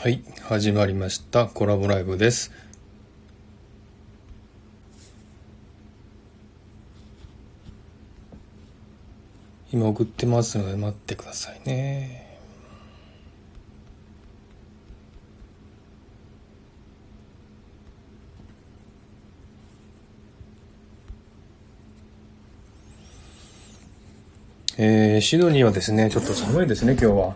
はい、始まりましたコラボライブです。今送ってますので待ってくださいね。シドニーはですね、ちょっと寒いですね、今日は。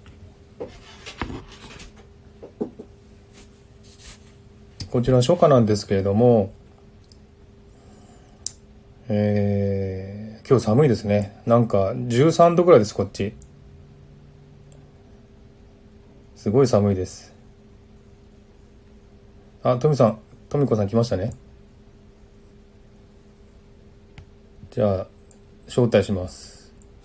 こちら初夏なんですけれども、今日寒いですね。なんか13度ぐらいです、こっち。すごい寒いです。あ、トミコさん来ましたね。じゃあ、招待します。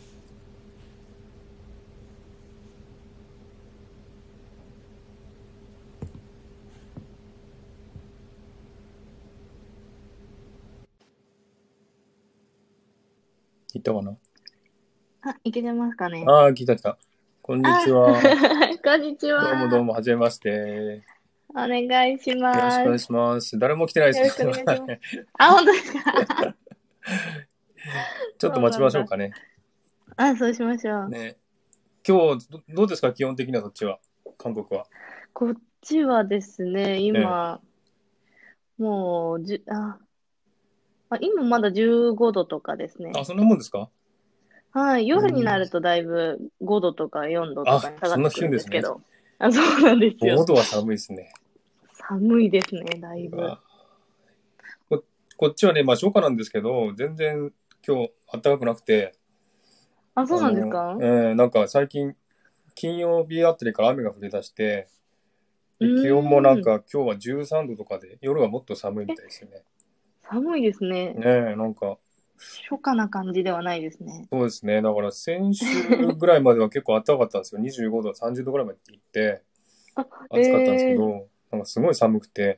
行ったかな。 いけてますかね。 ああ、来た。こんにちは。 こんにちは。 どうも、はじめまして。 お願いしよろしくお願います。 します。誰も来てないですけよろしくお願いします。 ど、 本当ですか？ ちょっと待ちそうなんだ。 ましょうかね。 そうしましょう。 ね。今日どうですか、基本的にはそっちは。韓国は。 こっちはですね、 ええ。 今、もう、今まだ15度とかですあ、 ね。 そんなもんですか？ はい、夜になうん。 るとだいぶ5度とか4度とかあ、 に下がそんなってくるん急ですね。 ですけど。そうなんですよ。 5度は寒いですね。 寒いですね、だいぶ。 うわ。こ、こっちはね、まあ初夏なんですけど、全然今日暖かくなくて、 そうなんですか？ なんか最近、金曜日あたりから雨が降り出して、 うで気温もなんーん。 か今日は13度とかで、夜はもっと寒いみえ、 たいですよね。 寒いですね。 ねえ、なんか、 初夏な感じではないですね。 そうですね。だから先週ぐらいまでは結構暖かかったんですよ。25度、30度ぐらいまで行って、 あ、 暑かったんですけえど、なんかすごい寒くて、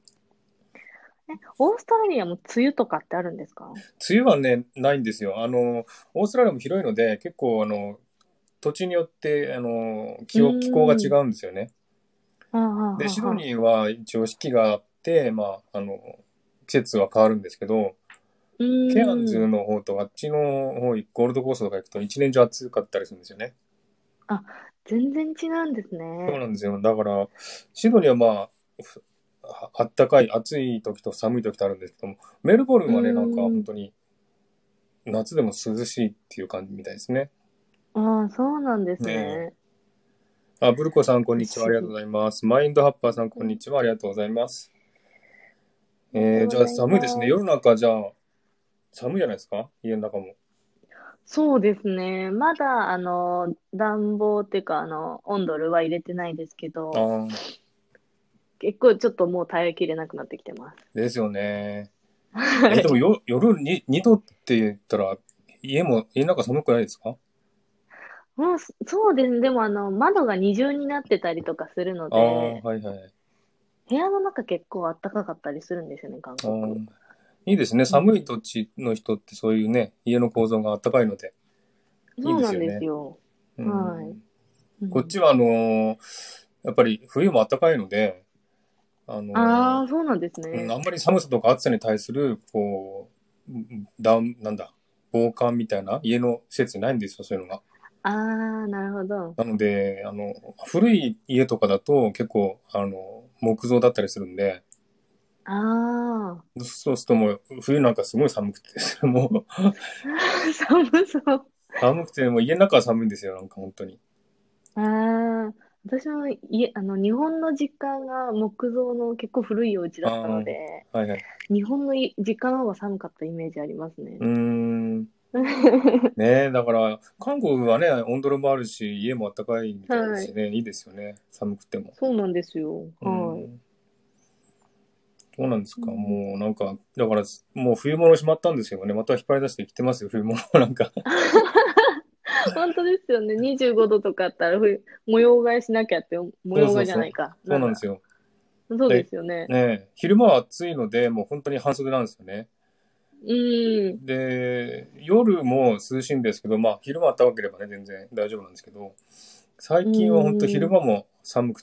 オーストラリアも梅雨とかってあるんですか？ 梅雨はね、ないんですよ。オーストラリアも広いので、結構土地によって、 う気候が違ーん。 うんですよね。 はあ、はあ、 で、 はあ、はあ。 シドニーは一応四季があって、まあ、季節は変わるんですけど、 うケアンズーん。 の方とあっちの方、ゴールドコーストとか行くと一年中暑かったりするんですよね。 あ、全然違うんですそうね。 なんですよ。だから、シドニーはまあったかい、暑い時と寒い時とあるんですけども、メルボルうンはね、なんかーん。 本当に夏でも涼しいっていう感じみたいですね。 そうなんですねね。 え。あ、ブルコさん、こん不にちは。ありがとう思議。 ございます。マインドハッパーさん、こんにちは。ありがとうございます。 ありがとうじゃあござい寒いですね。 ます。 夜中、じゃあ、寒いじゃないですか、家の中も。 そうですね。まだ、暖房っていうか、温度は入れてないですけあど、 あ、 結構ちょっともう耐えきれなくなってきてます。 ですよね。でもはい。 夜に2度って言ったら、家の中寒くないですか？ もう、そうですね。でも、窓が二重になってたりとかするのああ、 で、 はいはい。 部屋の中結構暖かかったりするんですよね、韓ああ、 国。 いいですね。 うん。 寒い土地の人ってそういうね、家の構造が暖かいので、いいそうなんですですよね。 よ。 うはい。 ん。 うん。 こっちはやっぱり冬も暖かいので、あのああ、そうなんですね。 あんまり寒さとか暑さに対する、こう、なんだ、防寒みたいな家の施設ないんですよ、そういうのが。 ああ、なるほど。 なので、古い家とかだと結構、木造だったりするんで、 ああ、 そうするともう、冬なんかすごい寒くて、もう、 寒そう。 寒くて、もう家の中は寒いんですよ、なんか本当に。 ああ、私の家、日本の実家が木造の結構古いお家だったああ、 ので、 はいはい。 日本の実家の方が寒かったイメージありますね。 うーん。ねえ、だから、韓国はね、温度もあるし、家も暖かいみたいですはい。 しね、いいですよね、寒くても。 そうなんですよ。 うはい。 ん。そうなんですか。 うん。 もうなんか、だから、もう冬物しまったんですけどね、また引っ張り出してきてますよ、冬物なんか。 本当ですよね。25度とかあったら模様替えしなきゃって、模様替えじゃそうそうそう。 ないか。なんだ。 そうなんですよ。 そうでで、 すよね。 ねえ、昼間は暑いので、もう本当に半袖なんですよね。 うーん。 で、夜も涼しいんですけど、まあ、昼間暖かければね、全然大丈夫なんですけど、 う最近は本当ーん。 昼間も寒くて、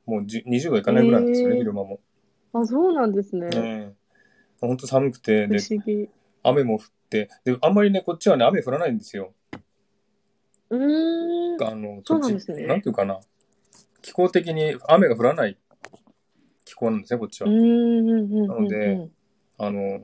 もう20度いかないぐらいなんですよね、 ええ、 昼間も。 あ、そうなんですね。 ほんと寒くて、 不で、 思議。 雨も降って、で、あんまりね、こっちはね、雨降らないんですよ。 うーん。そうなんですなんね。 ていうかな、気候的に雨が降らない気候なんですね、こっちは。 うーん、うん、うん、うん、うなので、 ん。 あの、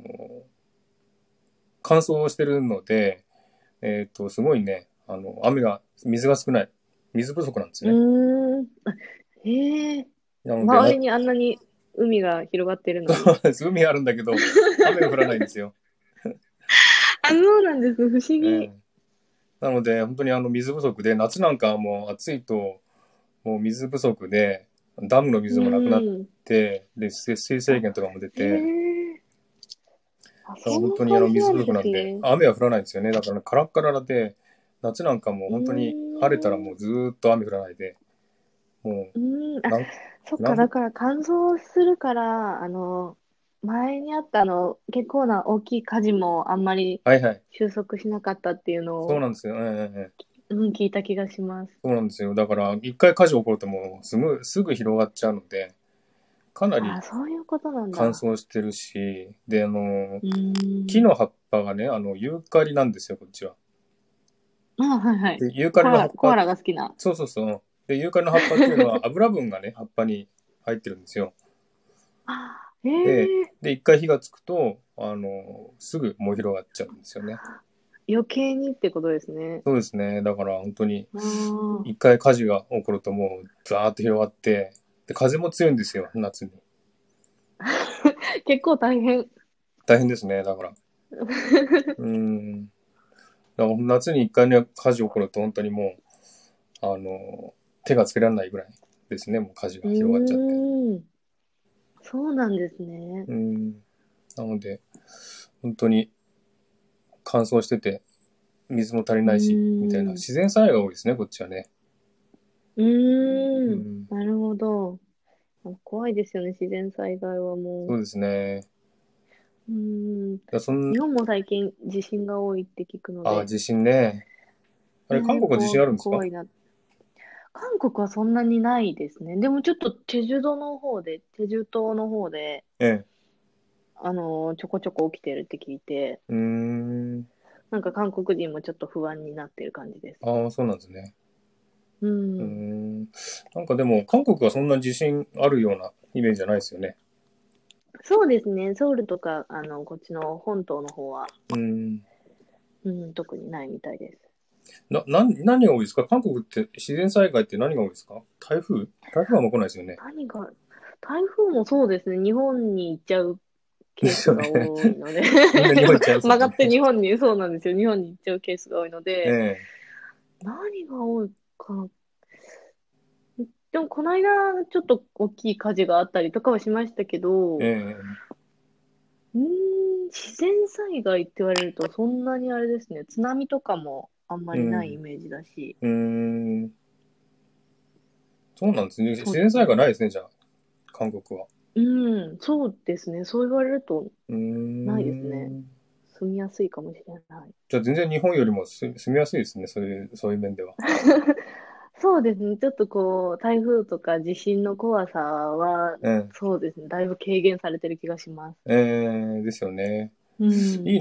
乾燥してるので、すごいね、水が少ない。水不足なんですうね。 ーん。あ、へえ。 なので、 周りにあんなに海が広がってるのに。 そうです。海あるんだけど、雨が降らないんですよ。 あ、そうなんです。不思議。 ええなので、本当に水不足で、夏なんかはもう暑いと、もう水不足で、ダムのう水もなくなっーん。 て、で、節水制あ、 限とかも出へて、 え。あ、 だからそんな本当に水不感じなん足なんで、 ですね。 雨は降らないんですよね。だから、カラッカラで、夏なんかもううー本当に晴れたらもん。 うずーっと雨降らないで、もうーん。 う、 あ、そっか。だから乾燥するから、前にあった結構な大きい火事もあんまりはいはい。 収束しなかったっていうのを、 そうなんですよ。 うん、聞いた気がします。 そうなんですよ。だから、一回火事起こるともうすぐ広がっちゃうので、かなりあ、そういうことなん乾だ。 燥してるし、で、 うーん。 木の葉っぱがね、ユーカリなんですよ、こっちは。 あ、はいはい。 で、ユーカリの葉っぱ、 コアラが好きな。 そうそうそう。で、ユーカリの葉っぱっていうのは油分がね、葉っぱに入ってるんですよ。 あ、へで、 え。 一回火がつくと、すぐ燃え広がっちゃうんですよね。 余計にってことですね。 そうですね。だから本当に、 ああ。 一回火事が起こるともう、ザーッと広がって、で、風も強いんですよ、夏に。 結構大変。 大変ですね、だから。うーん。だから夏に一回ね、火事起こると本当にもう、手がつけられないぐらいですね、もう火事うが広がっちゃって。 ーん。そうなんですね。 なので、本当に乾燥してて、水も足りうないし、みたいな。 ーん。 自然災害が多いですね、こっちはね。 うーん。 うん。 なるほど。怖いですよね、自然災害はもそうですね。 う。うーん。 だそん、 日本も最近地震が多いって聞くので、 地震ね。あれ、韓ね、 国は地震あるんですか？ 怖いな。韓国はそんなにないですね。でもちょっとチェジュ島の方で、 ええ。 ちょこちょこ起きてるって聞いて、 うーん。 なんか韓国人もちょっと不安になってる感じです。 ああ、そうなんですね。 ううーん。 ん。なんかでも、韓国はそんな地震あるようなイメージじゃないですよね。 そうですね。ソウルとか、こっちの本島の方は、 うーん。 うん、特にないみたいです。 何が多いですか？韓国って自然災害って何が多いですか？台風はもう来ないですよね。 何が、台風もそうですね。日本に行っちゃうケースがですよね。 多いのでみんな日本行っちゃいますもんね。 曲がって日本に、そうなんですよ。日本に行っちゃうケースが多いのえで、 え。 何が多いかな。でも、この間、ちょっと大きい火事があったりとかはしましたけど、 ええ。 自然災害って言われると、そんなにあれですね。津波とかもあんまりないイうん。 メージだし、 うーん。そうなんですね。自然そうですね。 災害ないですね、じゃあ、韓国は。 うん、そうですね。そう言われると、 うーないですね。 ん。 住みやすいかもしれない。 じゃあ全然日本よりも住みやすいですね、そういう面では。 そうですね。ちょっとこう、台風とか地震の怖さは、 うん。 そうですね。だいぶ軽減されてる気がします。 ですよね。 うん。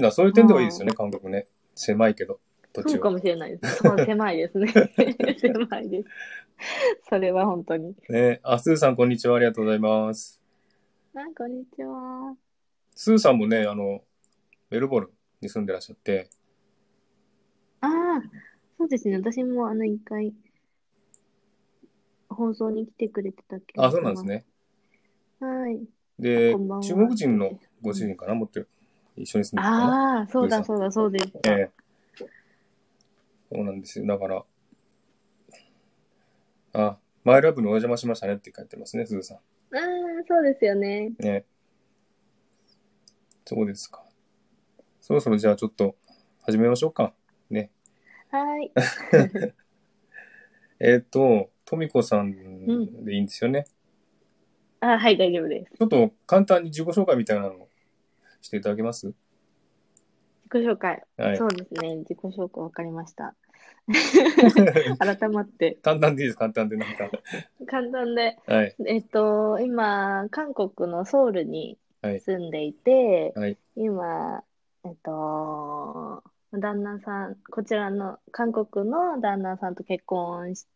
いいな、そういう点ではいいですはい。 よね、韓国ね。狭いけど、土地は。 そうかもしれないですね。そう、狭いですね。狭いです。それは本当に。 ね、スーさん、こんにちは。ありがとうございます。 こんにちは。 スーさんもね、メルボルンに住んでらっしゃって。 ああ、そうですね。私も一回放送に来てくれてた気あ、 がします。 そうなんですね。 はい。あ、こで、中んばんは国人のって。うん、 ご主人かな、一緒に住んでるのかな、 ああ、そうスーさん。 だそうだ、そうでした。 ええそうなんですよ。だから、マイラブにお邪魔しましたねって書いてますね、スーさああ、そうですよね。 ん。ね、そうですか。そろそろじゃあちょっと始めましょうか。ね。 はい。 とみこさうん。 んでいいんですよね。 あ、はい、大丈夫です。 ちょっと簡単に自己紹介みたいなのをしていただけます？ 自己紹介。 はい。 そうですね。自己紹介わかりました。 改まって。 簡単でいいです、簡単で、なんか。 簡単で。 はい、 今、韓国のソウルにはい、 住んでいて、 はい、 今、旦那さん、こちらの韓国の旦那さんと結婚して、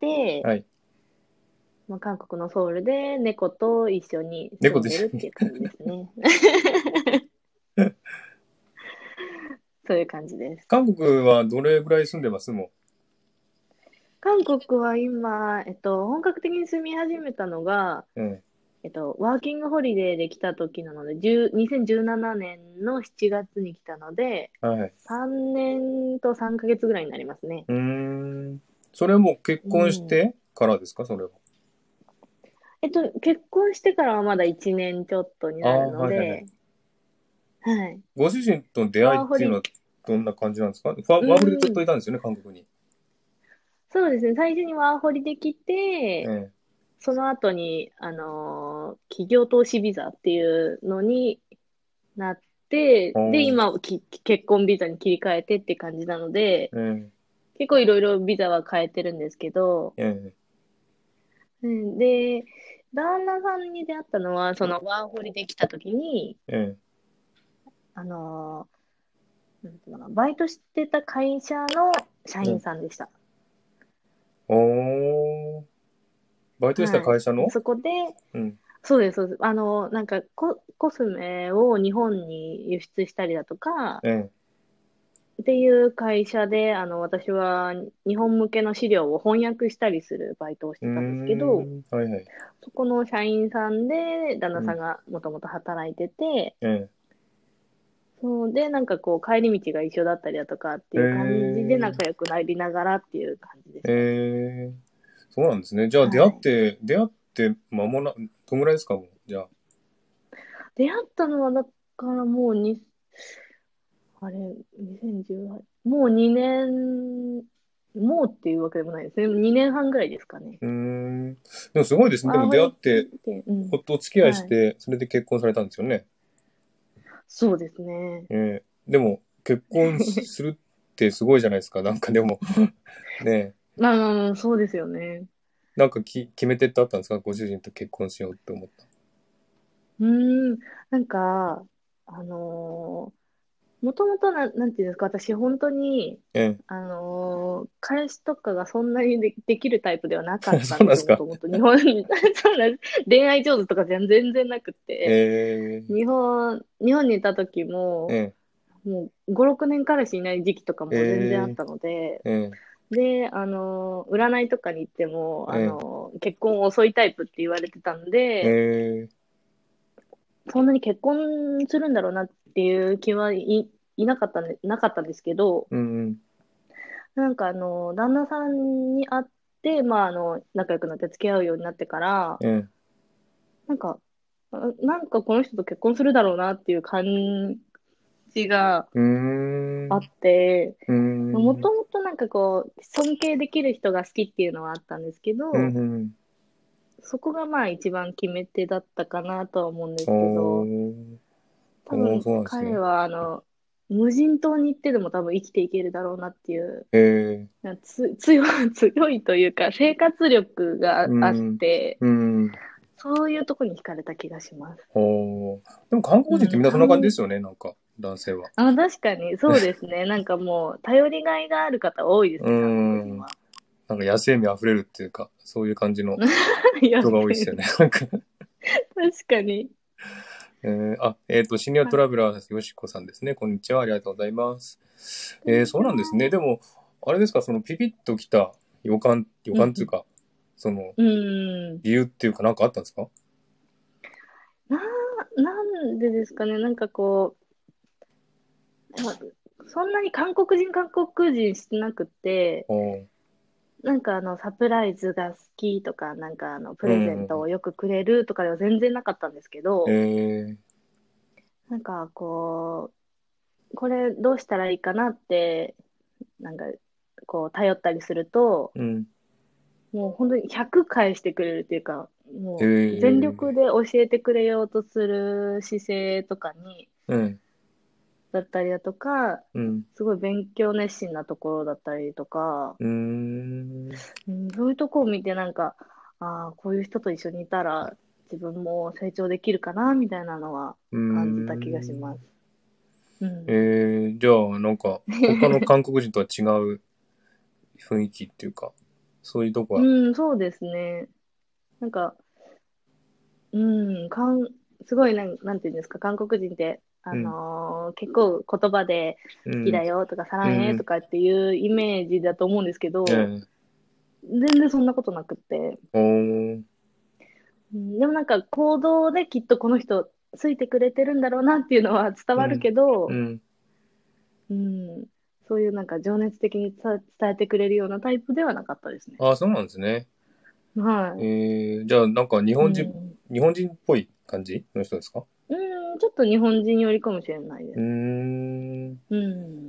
はい。 まあ、韓国のソウルで猫と一緒に猫住んでると一緒に。 っていう感じですね。そういう感じです。 韓国はどれぐらい住んでますも韓国は今、本格的に住み始めたのが、 ん。うん。 ワーキングホリデーで来た時なので、2017年の7月に来たので、 はい。 3年と3ヶ月ぐらいになりますね。 うーん。それはもう結うん。 婚してからですか、それは。 結婚してからはまだ1年ちょっとになるああ、はいはいはい。 ので、はい。 ご主人との出会いっワーホリ、 ていうのはどんな感じなんですか？ うワーホリでずっとん。 いたんですよね、韓国に。 そうですね。最初にワーホリで来て、 ええ。 その後に、企業投資ビザっていうのになって、で、 おー、 今、結婚ビザに切り替えてって感じなので、 ええ、 結構いろいろビザは変えてるんですけど、 ええ、 うん、で、旦那さんに出会ったのは、そのワーホリで来た時に、 ええ。 あのなんていうのかな、バイトしてた会社の社員うん。 さんでした。 おー、バイトしたはい。 会社の。 そこで、 うん。 そうです、そうです。なんかコスメを日本に輸出したりだとか、 ええ。 っていう会社で、私は日本向けの資料を翻訳したりするバイトをしうーてたんですけど、 ん。はいはい。 そこの社員さんで、旦那さんうん。 がもともと働いてて、 えそうで、なんかこう、帰り道が一緒だったりだとかってえ。 いう感じでえ仲良くなりながらっていう感じでえ。 した。 ええ。そうなんですね。じゃあはい。 出会って間もな、どんぐらいですか、もう。じゃあ。 出会ったのは、だからもうあれ、2018、もう2年、もうっていうわけでもないですね。2年半ぐらいですかね。 うーん。でもすごいですね。でもワーホリ出会って、 って、うん。 お付き合いしはい。 て、それで結婚されたんですよね。 そうですね。 でも、結婚するってすごいじゃないですか。なんかでもねまあまあまあ、そうですよね。 なんか決め手ってあったんですか？ご主人と結婚しようって思った。 うーん。なんか、もともとなんていうんですか、私本当に、 え彼氏とかがそんなにできるタイプではなかっそうなんたんですよ、もですか？ ともと。日本に、そうなんです。恋愛上手とか全然なくて。 え日本にいた時も、 えもう5、6年彼氏いない時期とかも全然あっえたので、 ええで、占いとかに行っても、 え結婚遅いタイプって言われてたんで、 えそんなに結婚するんだろうなっていう気なかったんですけど、 うんうん、 なんか旦那さんに会って、まあ仲良くなって付き合うようになってから、 ええなんか、なんかこの人と結婚するだろうなっていう感じがうーん、 あって、 うーもん、 ともとなんかこう、尊敬できる人が好きっていうのはあったんですけうん、 ど、 うん、 そこがまあ一番決め手だったかなとは思うんですけど、 おー、おー、 多分そうなんですね。 彼は無人島に行ってでも多分生きていけるだろうなっていう、 ええ強いというか生活力があっうん、 て、 うん、 そういうとこに惹かれた気がします。 おー。でも韓国人ってうん、 みんなそんな感じですよね、なんか、男性は。 確かにそうですね。なんかもう頼りがいがある方多いですうーね、韓国人ん。 は。 なんか野生味あふれるっていうか、そういう感じのやっ人が多いですよね。 てる。 なんか確かに。 シニアトラベラー、よしこさんですね。こんにちは。ありがとうございます。 こんにそうちは。 なんですね。でも、あれですか、そのピピッときた予うんうん。 感っていうか、その、 うーん。 理由っていうかなんかあったんですか？ な、なんでですかね。なんかこう、そんなに韓国人してなくて、 おー、 なんかサプライズが好きとか、なんかプうレゼントん。 をよくくれるとかでは全然なかったんですけど、 えなんかここれどうしたらいいかなって、なんかこう頼ったりすると、 うん。 もう本当に100返してくれるっていうか、 えもう全力ー、 で教えてくれようとする姿勢とかに、 うん。 だったりだとか、 うん。 すごい勉強熱心なところだったりとか、 うーん。 そういうとこを見てなんか、ああ、こういう人と一緒にいたら自分も成長できるかな、みたいなのはうー感じた気がしまん。 す。うん。 じゃあ、なんか、他の韓国人とは違う雰囲気っていうか、そういうとこは、 うん、そうですね。なんか、うん、すごいなんていうんですか、韓国人って、 うん、 結構言葉で好きだうん、 よとか、サランヘとうん、 かっていうイメージだと思うんですけど、 ええ全然そんなことなくって、 おー、 でもなんか行動できっとこの人ついてくれてるんだろうなっていうのは伝わるうん、 けど、 うん。 うん、そういうなんか情熱的に伝えてくれるようなタイプではなかったですね。 あ、そうなんですね。 はじゃあ、なんかい。うん。 日本人っぽい感じの人ですか？ ちょっと日本人寄りかもしれないでうーす。 ん。 うん。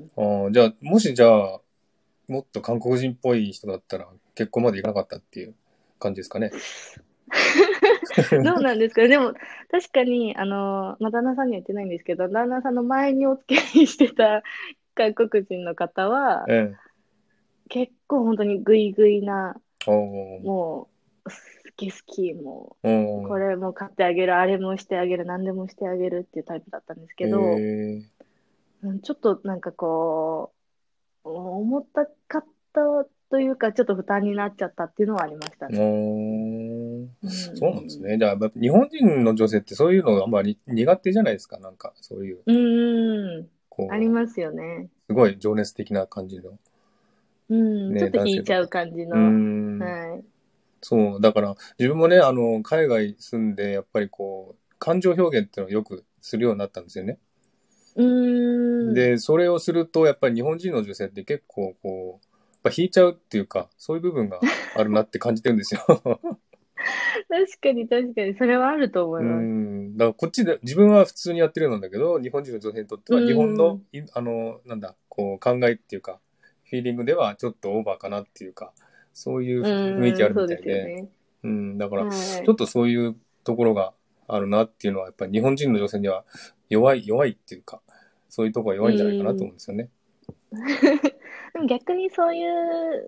じゃあ、もしじゃあ、もっと韓国人っぽい人だったら結婚までいかなかったっていう感じですかね。 どうなんですかね。でも、確かに、まあ、旦那さんには言ってないんですけど、旦那さんの前にお付き合いしてた韓国人の方は、 ええ。 結構本当にグイグイな、 おー、 もう、好き好き、もおう、こー、 れも買ってあげる、あれもしてあげる、何でもしてあげるっていうタイプだったんですけど、 ええちょっとなんかこう、思ったかったというか、ちょっと負担になっちゃったっていうのはありましたおね。 ー、 うそうなんですん。 ね。じゃあ、やっぱ日本人の女性ってそういうのがあんまり苦手じゃないですか。なんか、そういう、 ありこますよね。 う、すごい情熱的な感じのちょっね、 と男性とか。 引いちゃう感じうーの。 ん。 はい。 そう、だから自分もね、海外住んで、やっぱりこう、感情表現っていうのをよくするようになったんですよね。 うーん。 で、それをすると、やっぱり日本人の女性って結構こう、やっぱ引いちゃうっていうか、そういう部分があるなって感じてるんですよ。 確かに確かに、それはあると思います。 だからこっちで、自分は普通にやってるようなんだけど、日本人の女性にとってうは、日本の、 ん。 なんだ、こう、考えっていうか、フィーリングではちょっとオーバーかなっていうか、そういう雰囲気あるみそうでたいで、 すよね。 だから、 はい。 ちょっとそういうところがあるなっていうのは、やっぱり日本人の女性には弱いっていうか、そういうところがう弱いんじゃないかなと思うんん。 ですよね。 でも逆にそういう、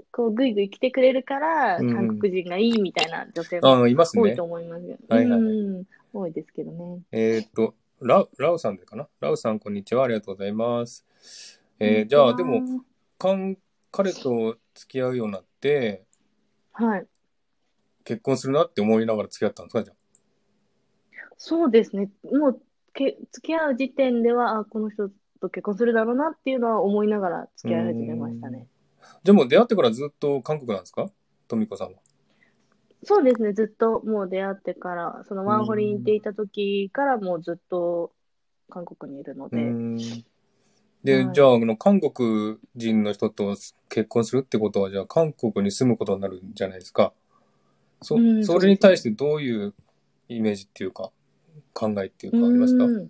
こう、ぐいぐい来てくれるから、韓うん。 国人がいいみたいな女性もいますね。 多いと思いますよ。 はいはいはい。 多いですけどね。 ラウさんでかなラウさん、こんにちは。ありがとうございます。 こんにちじゃあ、でも、 は。 彼と付き合うようになって、 はい。 結婚するなって思いながら付き合ったんですか、じゃそうですね。もう、付き合う時点では、あ、この人と結婚するだろうなっていうのは思いながらうー付き合い始めましたん。 ね。 じゃあもう出会ってからずっと韓国なんですか？とみこさんは。 そうですね。ずっともう出会ってから、そのうーワーホリに行ってん。 いた時からもうずっと韓国にいるのうーで、 ん。で、じゃあ、 はい。 韓国人の人と結婚するってことは、じゃあ、韓国に住むことになるんじゃないですか。それにそうですね。 対してどういうイメージっていうか、考えっていううかありました？ ーん。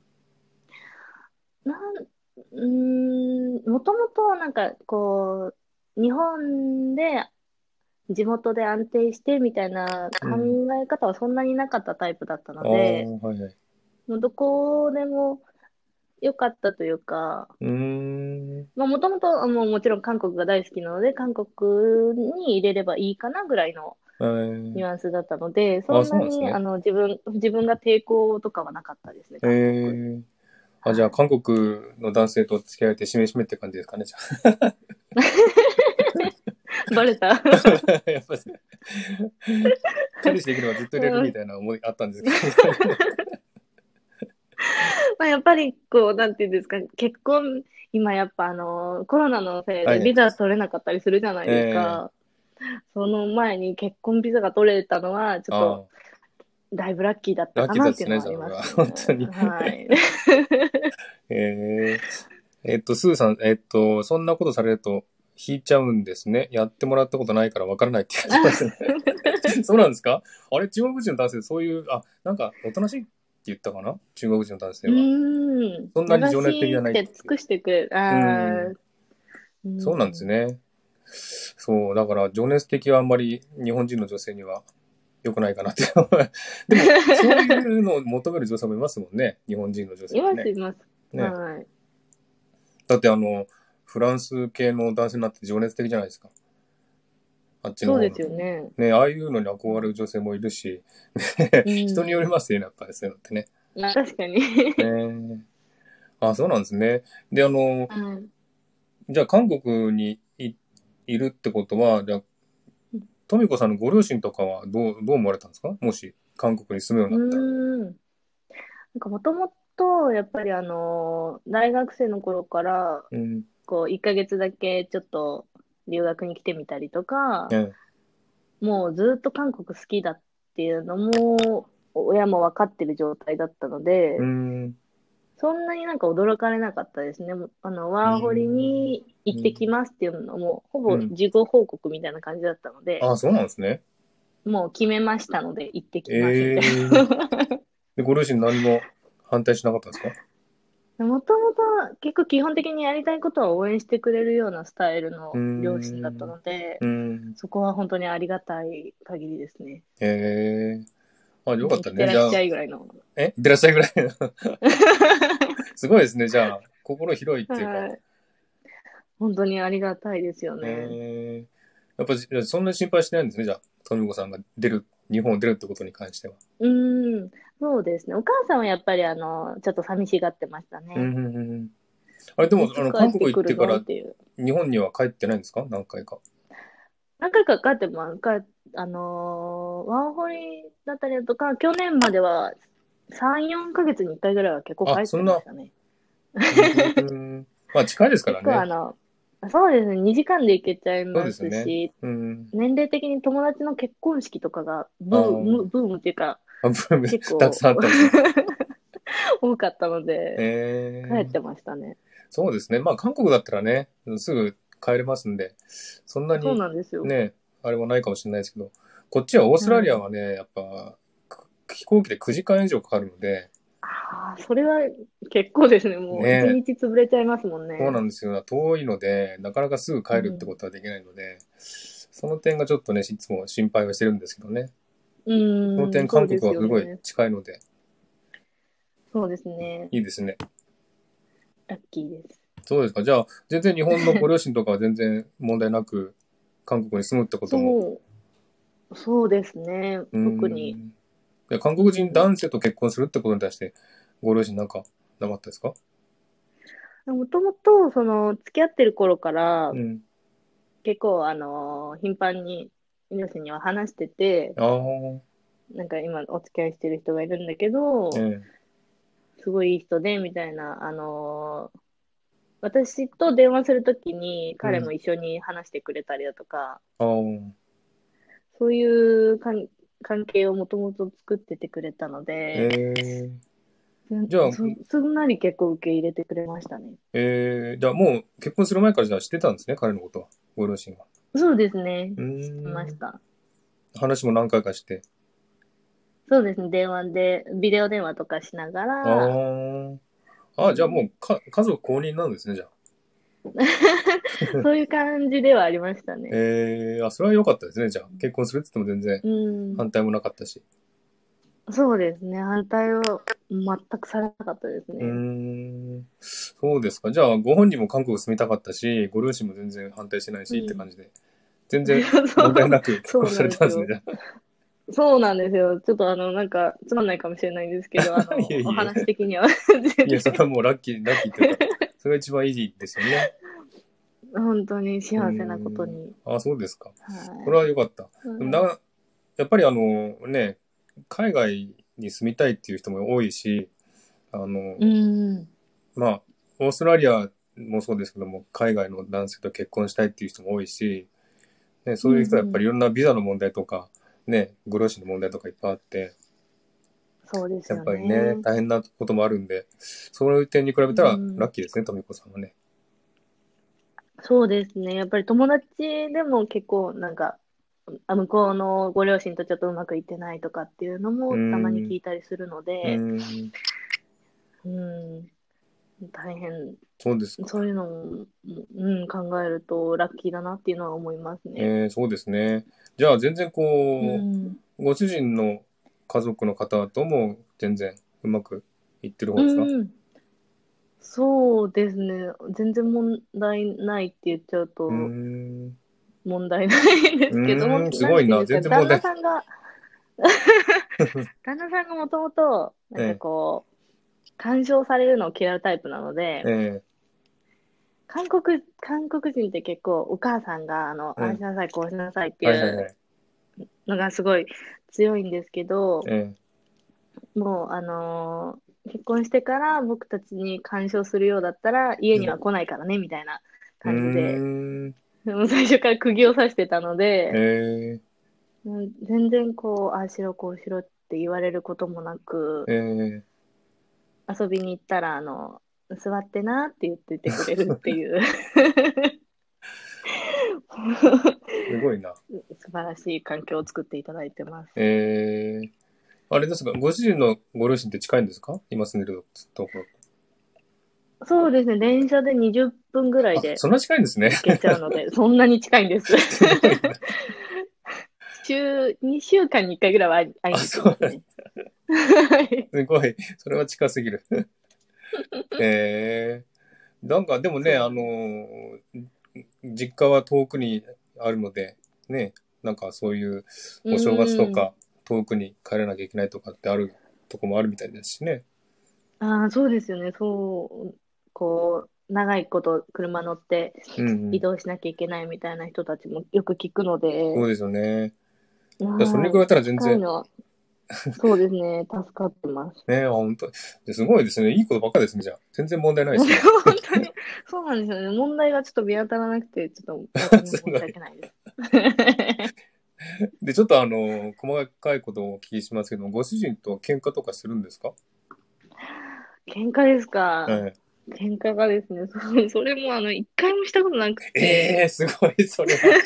もともとなんかこう、日本で地元で安定してみたいな考うん。 え方はそんなになかったタイプだったああ、 ので、 はいはい。 もうどこでも良かったというか、 うーん。 まあもともともちろん韓国が大好きなので、韓国に入れればいいかなぐらいのニュアンスだったので、そんそうなになんですね。 自分が抵抗とかはなかったですね、 え韓国。 ー、じゃあ、 はい。 韓国の男性と付き合えてしめしめって感じですかね、じゃバレた。 あ。やっぱり、彼氏できればずっといれるみうん。 たいな思いあったんですけど。 まあ、やっぱりこう、なんていうんですか、結婚、今やっぱコロナのせいはいはい。 でビザ取れなかったりするじゃないですえか。その前に結婚ビザが取れたのは、ちょっと、 あ、 だいぶラッキーだったラッかキーだですね、 なっていうのはあじゃあ、それは。 りますね。 本当に。 はい。 えスーさん、そんなことされると引いちゃうんですね。やってもらったことないからわからないって言ってますね。そうなんですか？あれ、中国人の男性、そういう、なんか、おとなしいって言ったかな中国人の男性は。 優そんなに情熱的じゃしくないっていう。 て尽くしてくれる。 うん。そうなんですね。そう、だから、情熱的はあんまり日本人の女性には良くないかなって。でも、そういうのを求める女性もいますもんね。日本人の女性います、 はね。 います。 ね。 はい。 だってフランス系の男性になって情熱的じゃないですか。あっちのそうで方の。 すよね。 ね、ああいうのに憧れる女性もいるし、 う人によりん。 ますよね、やっぱりそういうのってね。 まあ、確かに。 ねあ、そうなんですね。で、 はい。 じゃあ韓国にいるってことは、じゃあ、トミコさんのご両親とかはどう思われたんですか？もし韓国に住むようにうなったら。 ーん。なんかもともと、やっぱり大学生の頃から、 うん。 こう、1ヶ月だけちょっと留学に来てみたりとか、 えもうずっと韓国好きだっていうのも、親も分かってる状態だったのうで、 ん。 そんなになんか驚かれなかったですね。 うワーホリん。 に行ってきうん。 ますっていうのも、ほぼうん。 事後報告みたいな感じだったので、 あ、そうなんですね。 もう決めましたので行ってきますみたいええな。 で、ご両親何も反対しなかったんですか？ もともと結構基本的にやりたいことは応援してくれるようなスタイルうーの両親だったん。 ので、 うーん。 そこは本当にありがたい限りですね。 ええあ、よか生ったね。じゃあ、 きてらっしゃいぐらいの。 いってらっしゃいぐらいのすごいですね。じゃあ、心広いっていうか。 はい。本当にありがたいですよね。 ええやっぱ、そんなに心配してないんですね。じゃあ、トミコさんが日本を出るってことに関しては。 うーん。そうですね。お母さんはやっぱりちょっと寂しがってましたね。 うん、うん、うん。あれ、でも、 いつ帰っ韓国行ってくるてからのっていう。 日本には帰ってないんですか？何回か。 何回か帰ってます。ワーホリだったりだとか、去年までは3、4ヶ月に1回ぐらいは結構あ、 帰ってそんな、 ましたね。 うーん。まあ、近いですから結構ね。 そうですね、2時間で行けちゃいそうでますね。 すし、 うん。 年齢的に友達の結婚式とかがあーブームっていうか、 あ、ブームたく結構さんあったんですね。 多かったので、帰ってええましたね。 そうですね。まあ、韓国だったらね、すぐ帰れますんで、そんなそうになんですよ。 ね、あれはないかもしれないですけど、こっちはオーストラリアはい。 はね、やっぱ、飛行機で9時間以上かかるので、 ああ、それは結構ですね。もう一ね、 日潰れちゃいますもんそうなね。 んですよ。遠いので、なかなかすぐ帰るってうん。 ことはできないので、その点がちょっとね、いつも心配はしてるんですけどね。 うーん、 その点、韓国そうですはすごいよね。 近いので、 そうですね。 いいですね。 ラッキーです。 そうですか。じゃあ、全然日本のご両親とかは全然問題なく、韓国に住むってことも、 そうですね。 うー特に。 ん。で韓国人うん。 男性と結婚するってことに対して、ご両親なんかなかったですか？ もともと、付き合ってる頃から、 うん。 結構、頻繁に、両親には話してて、 ああ、 なんか今お付き合いしてる人がいるんだけど、 ええ。 すごいいい人で、みたいな、私と電話するときにうん。 彼も一緒に話してくれたりだとか、 ああ、 そういう関係をもともと作っててくれたので、 ええ。じゃあ、 すんなり結構受け入れてくれましたね。 じゃあもう結婚する前からじゃあ知ってたんですね、彼のことは。ご両親は。 そうですね。 うー知ってましん。 た。 話も何回かして。 そうですね。ビデオ電話とかしながら、 ああ。あ、じゃあもうん、 う家族公認なんですね、じゃあ。 そういう感じではありましたね。 それは良かったですね、じゃあ。結婚するって言っても全然うん。 反対もなかったし。 そうですね。反対を全くされなかったですうーね。 ん。そうですか。じゃあ、ご本人も韓国住みたかったし、ご両親も全然反対してないしってうん。 感じで、全然そう、 問題なく結婚そうされたんですね、 なんですよ。 じゃあ。 そうなんですよ。ちょっとなんか、つまんないかもしれないんですけど、おいえいえ。 話的には全いや、それ然はもうラッキーというか、それが一番いいですよね。 本当にうー幸せなことん。 に。 あ、そうですか。それはい。 は良かった。でもうん。 やっぱりね、海外に住みたいっていう人も多いし、あの、 うん。 まあ、オーストラリアもそうですけども、海外の男性と結婚したいっていう人も多いし、ね、 うん。 そういう人はやっぱりいうん。 ろんなビザの問題とか、ね、ご両親の問題とかいっぱいあって、 そうですやっよぱりね、 ね。 大変なこともあるんで、そういう点に比べうたらん。 ラッキーですね、とみこさんはね。 そうですね。やっぱり友達でも結構なんか、向こうのご両親とちょっとうまくいってないとかっていうのうーもたまに聞ん、 いたりするのうーで、 ん、 うん、大変、 そうですか。 そういうのも、うん、考えるとラッキーだなっていうのは思いますね。 そうですね。じゃあ全然うん。 ご主人の家族の方とも全然うまくいってる方うですか？ ん。 そうですね。全然問題ないって言っちゃううーとん。 問題ないんですけど、本当、 すごいな。 なんていうんですか、旦全然問題ない。 那さんが、旦那さんがもともと、なんかえこう、干渉されるのを嫌うタイプなので、 え、え韓国人って結構お母さんが、 え、ええ。 ああしなさい、こうしなさいっていうはいはいはい。 のがすごい強いんですけど、 ええ。 もう、結婚してから僕たちに干渉するようだったら家には来ないからね、みたいなう感じで、 ん。うーん。 でも最初から釘を刺してたのえで、 え、 全然こう、ああしろこうしろって言われることもなく、 ええ。 遊びに行ったら、座ってなって言っててくれるっていうすごいな。 素晴らしい環境を作っていただいてます。 ええ。あれですか、ご主人のご両親って近いんですか、今住んでるところ。 そうですね、電車で20分ぐらいあ、 でそんな近いんですね。 行けちゃうので、そんなに近いんです。 すごいな。 2週間に1回ぐらいは会いあ、 に行きそうなんだ。 ますね。はい。 すごい。それは近すぎる。ええ。なんかでもね、 そうなんです。 実家は遠くにあるので、ね、なんかそういううお正月とーん。 か遠くに帰らなきゃいけないとかってあるとこもあるみたいですしね。 ああ、そうですよね。そう、こう、長いこと車乗ってうんうん。 移動しなきゃいけないみたいな人たちもよく聞くので、 そうですよね。それにはい。 比べたら全然、 近いのは、そうですね。助かってます。 ね、本当すごいですね。いいことばっかですね、じゃあ。全然問題ないですね。 本当に、そうなんですよね。問題がちょっと見当たらなくて、ちょっと逆に申しすごい。 訳ないです。 で、ちょっと細かいことをお聞きしますけども、ご主人と喧嘩とかするんですか？ 喧嘩ですか？ はい。 喧嘩がですね、それも一回もしたことなくて、 ええー、すごい、それは。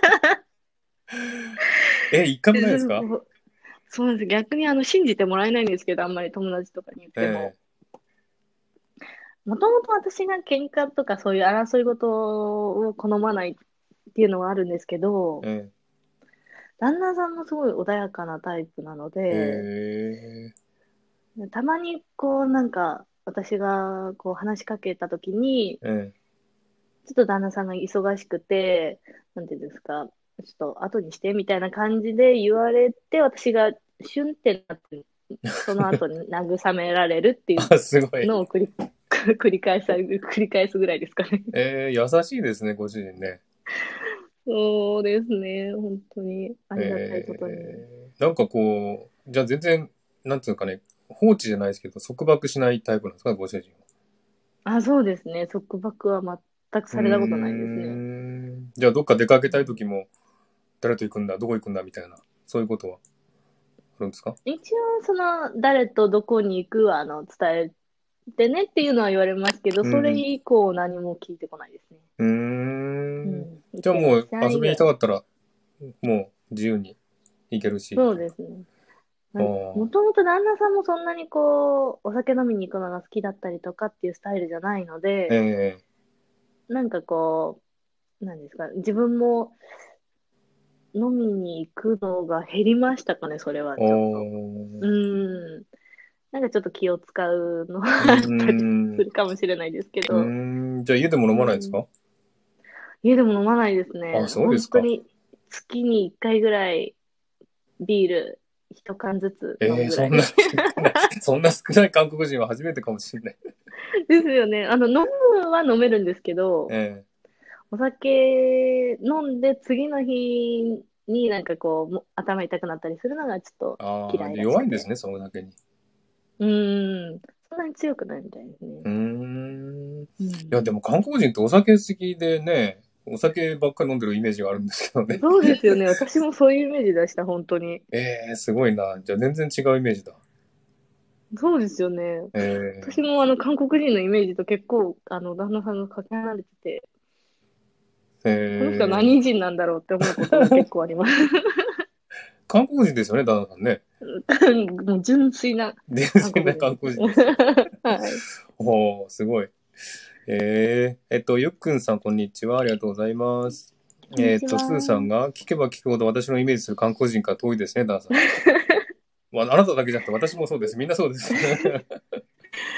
一回もないですか？ そうそうなんです。逆に信じてもらえないんですけど、あんまり友達とかに言っても。 えもともと私が喧嘩とかそういう争い事を好まないっていうのはあるんですけど、 ええ旦那さんもすごい穏やかなタイプなので、 ええたまにこうなんか私がこう話しかけた時に、 ええちょっと旦那さんが忙しくて、なんていうんですか、ちょっと後にしてみたいな感じで言われて、私がシュンってなって、その後に慰められるっていうあ、すごい。 のを繰り返すぐらいですかね。 優しいですね、ご主人ね。 そうですね。本当にありがたいことに。 なんかこう、じゃあ全然、なんつうのかね、放置じゃないですけど、束縛しないタイプなんですか、ご主人は。 あ、そうですね。束縛は全くうーされたことないですね。 ん。じゃあどっか出かけたい時も、誰と行くんだ、どこ行くんだ、みたいな、そういうことはあるんですか？ 一応、誰とどこに行くは、伝えてねっていうのは言われますけど、それうん。 以降何も聞いてこないですね。 うーん。 うん。行ってらっじゃあもうしゃいで。 遊びに行きたかったら、もう自由に行けるし、みそうたいですね。 な。あもともと旦那さんもそんなにこう、お酒飲みに行くのが好きだったりとかっていうスタイルじゃないのあ。 で、なんかこなんですか、自分も飲みに行くのが減りましたかね、それはおちょっと。うー。 なんかちょっと気を使うのはうあったりーん。 するかもしれないですけうど、 ーん。じゃあ家でも飲まないですうん。 か？ 家でも飲まないですあ、 ね。 そうですか。 本当に月に1回ぐらいビール1缶ずつ飲むぐらい。 そんな、そんな少ない韓国人は初めてかもしれない。 ですよね。飲むは飲めるんですけど、 えお酒飲んで次の日になんかこう、頭痛くなったりするのがちょっとああ、 嫌いらしくて。 弱いんですね、そのだけに。 そんなに強くないみたいですね。 うーん。いや、でうん。 も韓国人ってお酒好きでね、お酒ばっかり飲んでるイメージがあるんですけどね。 そうですよね。私もそういうイメージでした、本当に。 すごいな。じゃあ全然違うイメージだ。 そうですよね。私えも韓国人のイメージと結構、旦那さんがかけ離れてて、 ー、 この人はえ何人なんだろうって思うことが結構あります。 韓国人ですよね、ダナさんね。 もう純粋な純韓粋な韓国人です。 国人ですね。 はい。 おー、すごい。ゆっくんさん、こんにちは。ありがとうございます。 こんにちスーさんは。 が、聞けば聞くほど私のイメージする韓国人から遠いですね、ダナさん。あなただけじゃなくて私もそうです。みんなそうです。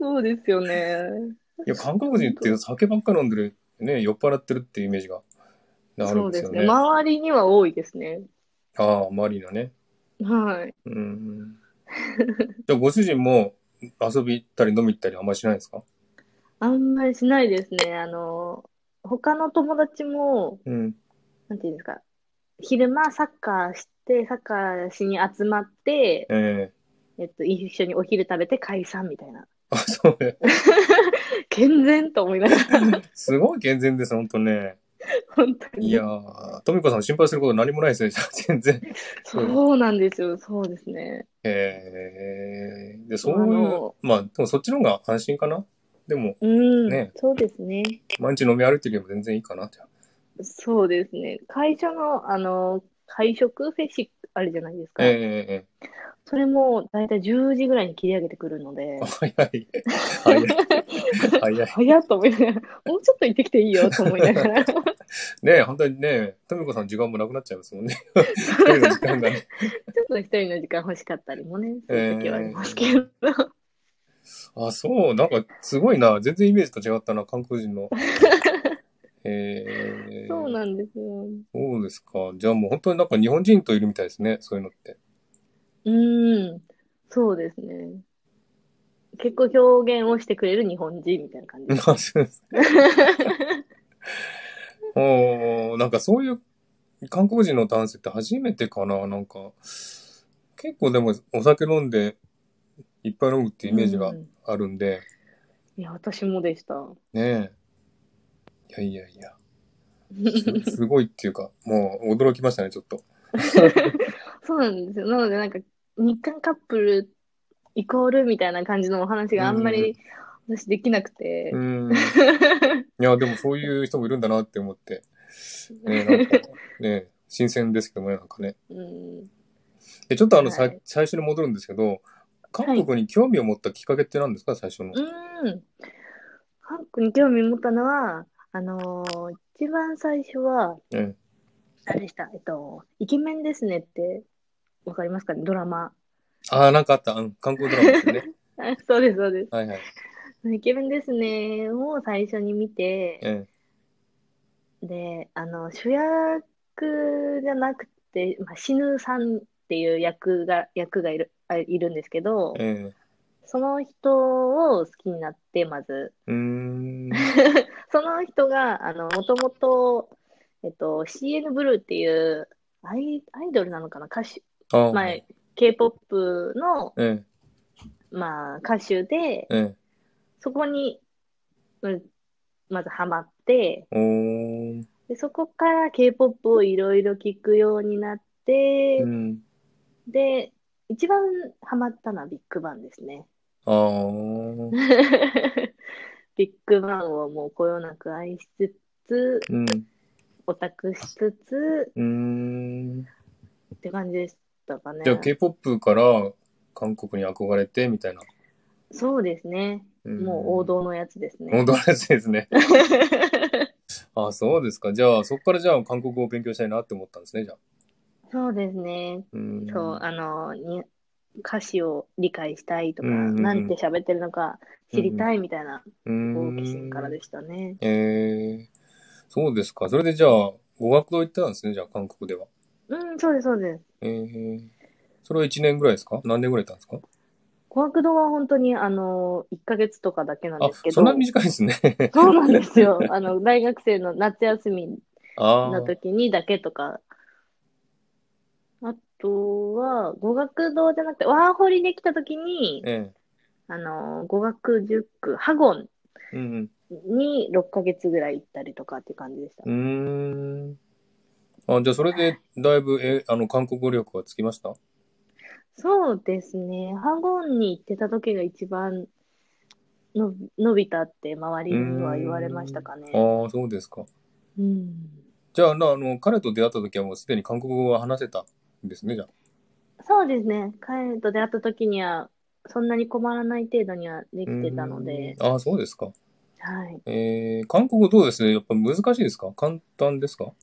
そうですよね。 いや、韓国人って酒ばっか飲んでる、ね、酔っ払ってるっていうイメージがあるんそうですね。 ですよね。 周りには多いですね。 ああ、マリーナね。 はい。 うん。じゃあ、ご主人も遊び行ったり飲み行ったりあんまりしないんですか？ あんまりしないですね。他の友達も、 うん。 なんていうんですか、昼間サッカーして、サッカーしに集まって、 ええ、 一緒にお昼食べて解散みたいな。 あ、そうね。 健全と思いながら、 すごい健全です、本当ね。 本当いやに。 ー、トミコさん心配すること何もないですね。全然。そう。 そうなんですよ。そうですね。 で、 そうそういう、まあ、でもそっちの方が安心かな。でも、ね、 そうですね。 毎日飲み歩いてるよりも全然いいかなって。 そうですね。会社の、会食フェシあるじゃないですえか。 え、 それも、だいたい10時ぐらいに切り上げてくるので、 早い。早い。早い。 早っと思いながら、もうちょっと行ってきていいよと思いながら。 ね本当にね、トミコさん時間もなくなっちゃいますもんね。 そ一人の時う間がね。 ちょっと一人の時間欲しかったりもね、するときはありますけえど。 あ、そう、なんかすごいな。全然イメージと違ったな、韓国人の。 そうなんですよ。 そうですか。じゃあもう本当になんか日本人といるみたいですね、そういうのって。 うーん。そうですね。結構表現をしてくれる日本人みたいな感じですあ、 ね。 そうです。なんかそういう韓国人の男性って初めてかな、なんか。結構でもお酒飲んでいっぱい飲むっていうイうメージがん。 あるんで、 いや、私もでした。 ねえ。いやいやいや。すごいっていうか、もう驚きましたね、ちょっと。 そうなんですよ。なので、なんか、日韓カップルイコールみたいな感じのお話うがあんまりん。 私できなくうて。 ん。いや、でもそういう人もいるんだなって思って、なんか、新鮮ですけどもね、なんかね。 うん。 ちょっとはい。 最初に戻るんですけど、韓はい。 国に興味を持ったきっかけって何ですか、最初の。 うーん。韓国に興味持ったのは、一番最初は、 ええ。 あれでした。イケメンですねってわかりますかね、ドラマ。 ああ、なんかあった。うん、韓国ドラマですよね。 あ、そうです、そうではいはい。 す。イケメンですねを最初に見て、 ええ。 で、主役じゃなくて、まあ、死ぬさんっていう役がいるんですけど、 ええ。 その人を好きになって、まず。 うーん。 その人が、もともと、CN ブルーっていうアイドルなのかな、歌手。 ああ、 まあ、 はい。 K-POP の、 ええ。 まあ、歌手で、 ええ。 そこに、まずハマって、 おー。 で、そこから K-POP をいろいろ聞くようになって、 うん。 で、一番ハマったのはビッグバンですね。 ああ。 ビッグバンをもうこよなく愛しつつ、 うん。 オタクしつつうーん。 って感じでしたかじゃあね。 K-POP から韓国に憧れてみたいな。 そうですね。 うもう王ん。 道のやつですね。 本当のやつですね。あ、そうですか。じゃあ、そこからじゃあ韓国語を勉強したいなって思ったんですね、じゃあ。 そうですね。 うそう、 ん。 歌詞を理解したいとうか、なんてん。 喋ってるのかうん。 知りたいみたいなうん。 好奇心からうーん。 でしたね。 そうですか。それでじゃあ、語学堂行ったんですね、じゃあ、韓国では。 うん、そうです、そうです。 えー、それは1年ぐらいですか？何年ぐらいいたんですか？ 語学堂は本当に1ヶ月とかだけなんあ、 ですけそんなにど、 短いですね。 そうなんですよ。大学生の夏休みのああ、 時にだけとか、あとは、語学堂じゃなくて、ワーホリで来た時に、 ええ、 語学塾、ハゴンうん、 に6ヶ月ぐらい行ったりとかっていう感じでした。 うん。うーん。あ、じゃあ、それで、だいぶ、韓国語力はつきました？ そうですね。ハゴンに行ってた時が一番伸びたって周うーりには言われましたん。 かね。 ああ、そうですか。 うん。 じゃあ、彼と出会った時はもうすでに韓国語は話せたんですね、じゃあ。 そうですね。彼と出会った時には、そんなに困らない程度にはでうーきてたのん。 で、 ああ、そうですか。 はい。 韓国語どうですね？やっぱ難しいですか？簡単ですか？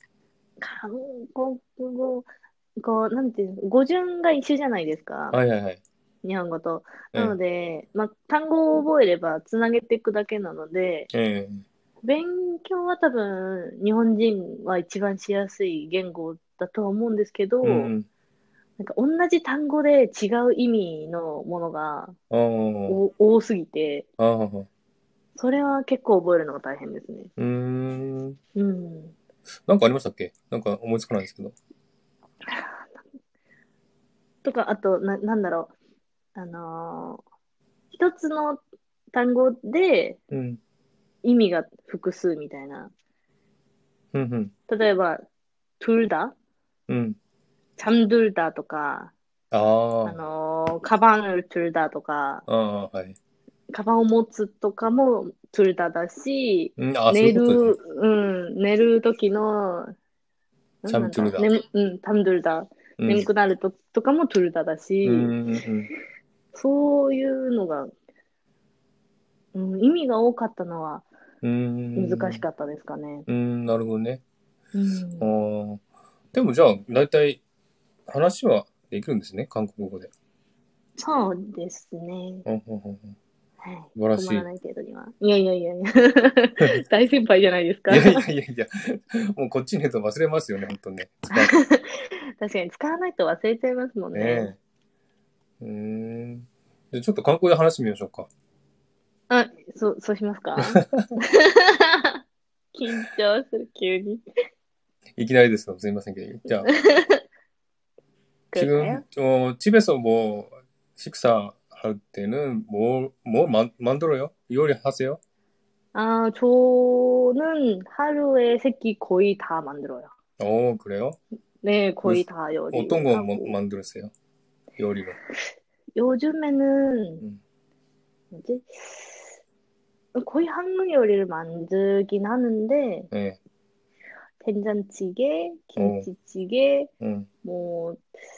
韓国語、なんていうの、語順が一緒じゃないですか。 はいはいはい。 日本語と。なのえで、まあ、単語を覚えればつなげていくだけなので、 え、え勉強は多分日本人は一番しやすい言語だとは思うんですけうど、 ん。 なんか同じ単語で違う意味のものがああ、 多すぎて、 ああ、 それは結構覚えるのが大変ですね。 うーん。 うん。 なんかありましたっけ？なんか思いつかないですけど。 とか、あと、なんだろう。一つの単語でうん。 意味が複数みたいな。 うん、うん。 例えば、둘 다、 うん。 잠들 다とか、 あ 가방을 들다とか、 あ、ああ、はい。 カバンを持つとかも들다だし、 うん、ああ、そういうことですね。 寝る時の、なんだ、 チャムトゥルだ。 잠들 다。 うん。 眠くなるとかも들다だうし、 ん、うん、 そういうのが、意味が多かったのはうん。 難しかったですかね。 うん、なるほどね。 うあん。 あ。でもじゃあ、だいたい話はできるんですね、韓国語で。 そうですね。 うん、うん、うん。 はい。 素晴らしい。 困らない程度には。いやいやいやいや。大先輩じゃないですか。 いやいやいやいや、もうこっちにいると忘れますよね、本当ね。使うと。 確かに使わないと忘れちゃいますもんね。 ねえ。うーん。じゃあちょっと観光で話してみましょうか。 あ、そうしますか？緊張する、急に。 いきなりですよ。すみませんけど。じゃあ、지금, 그럴까요? 집에서 뭐, 식사할 때는 만들어요? 요리하세요? 아, 저는 하루에 세 끼 거의 다 만들어요. 그래요? 네, 그, 거의 다 어떤 요리를 거 하고. 만들었어요? 요리로. 요즘에는, 음. 뭐지? 거의 한국 요리를 만들긴 하는데, 네. 된장찌개, 어, 김치찌개, 음, 뭐,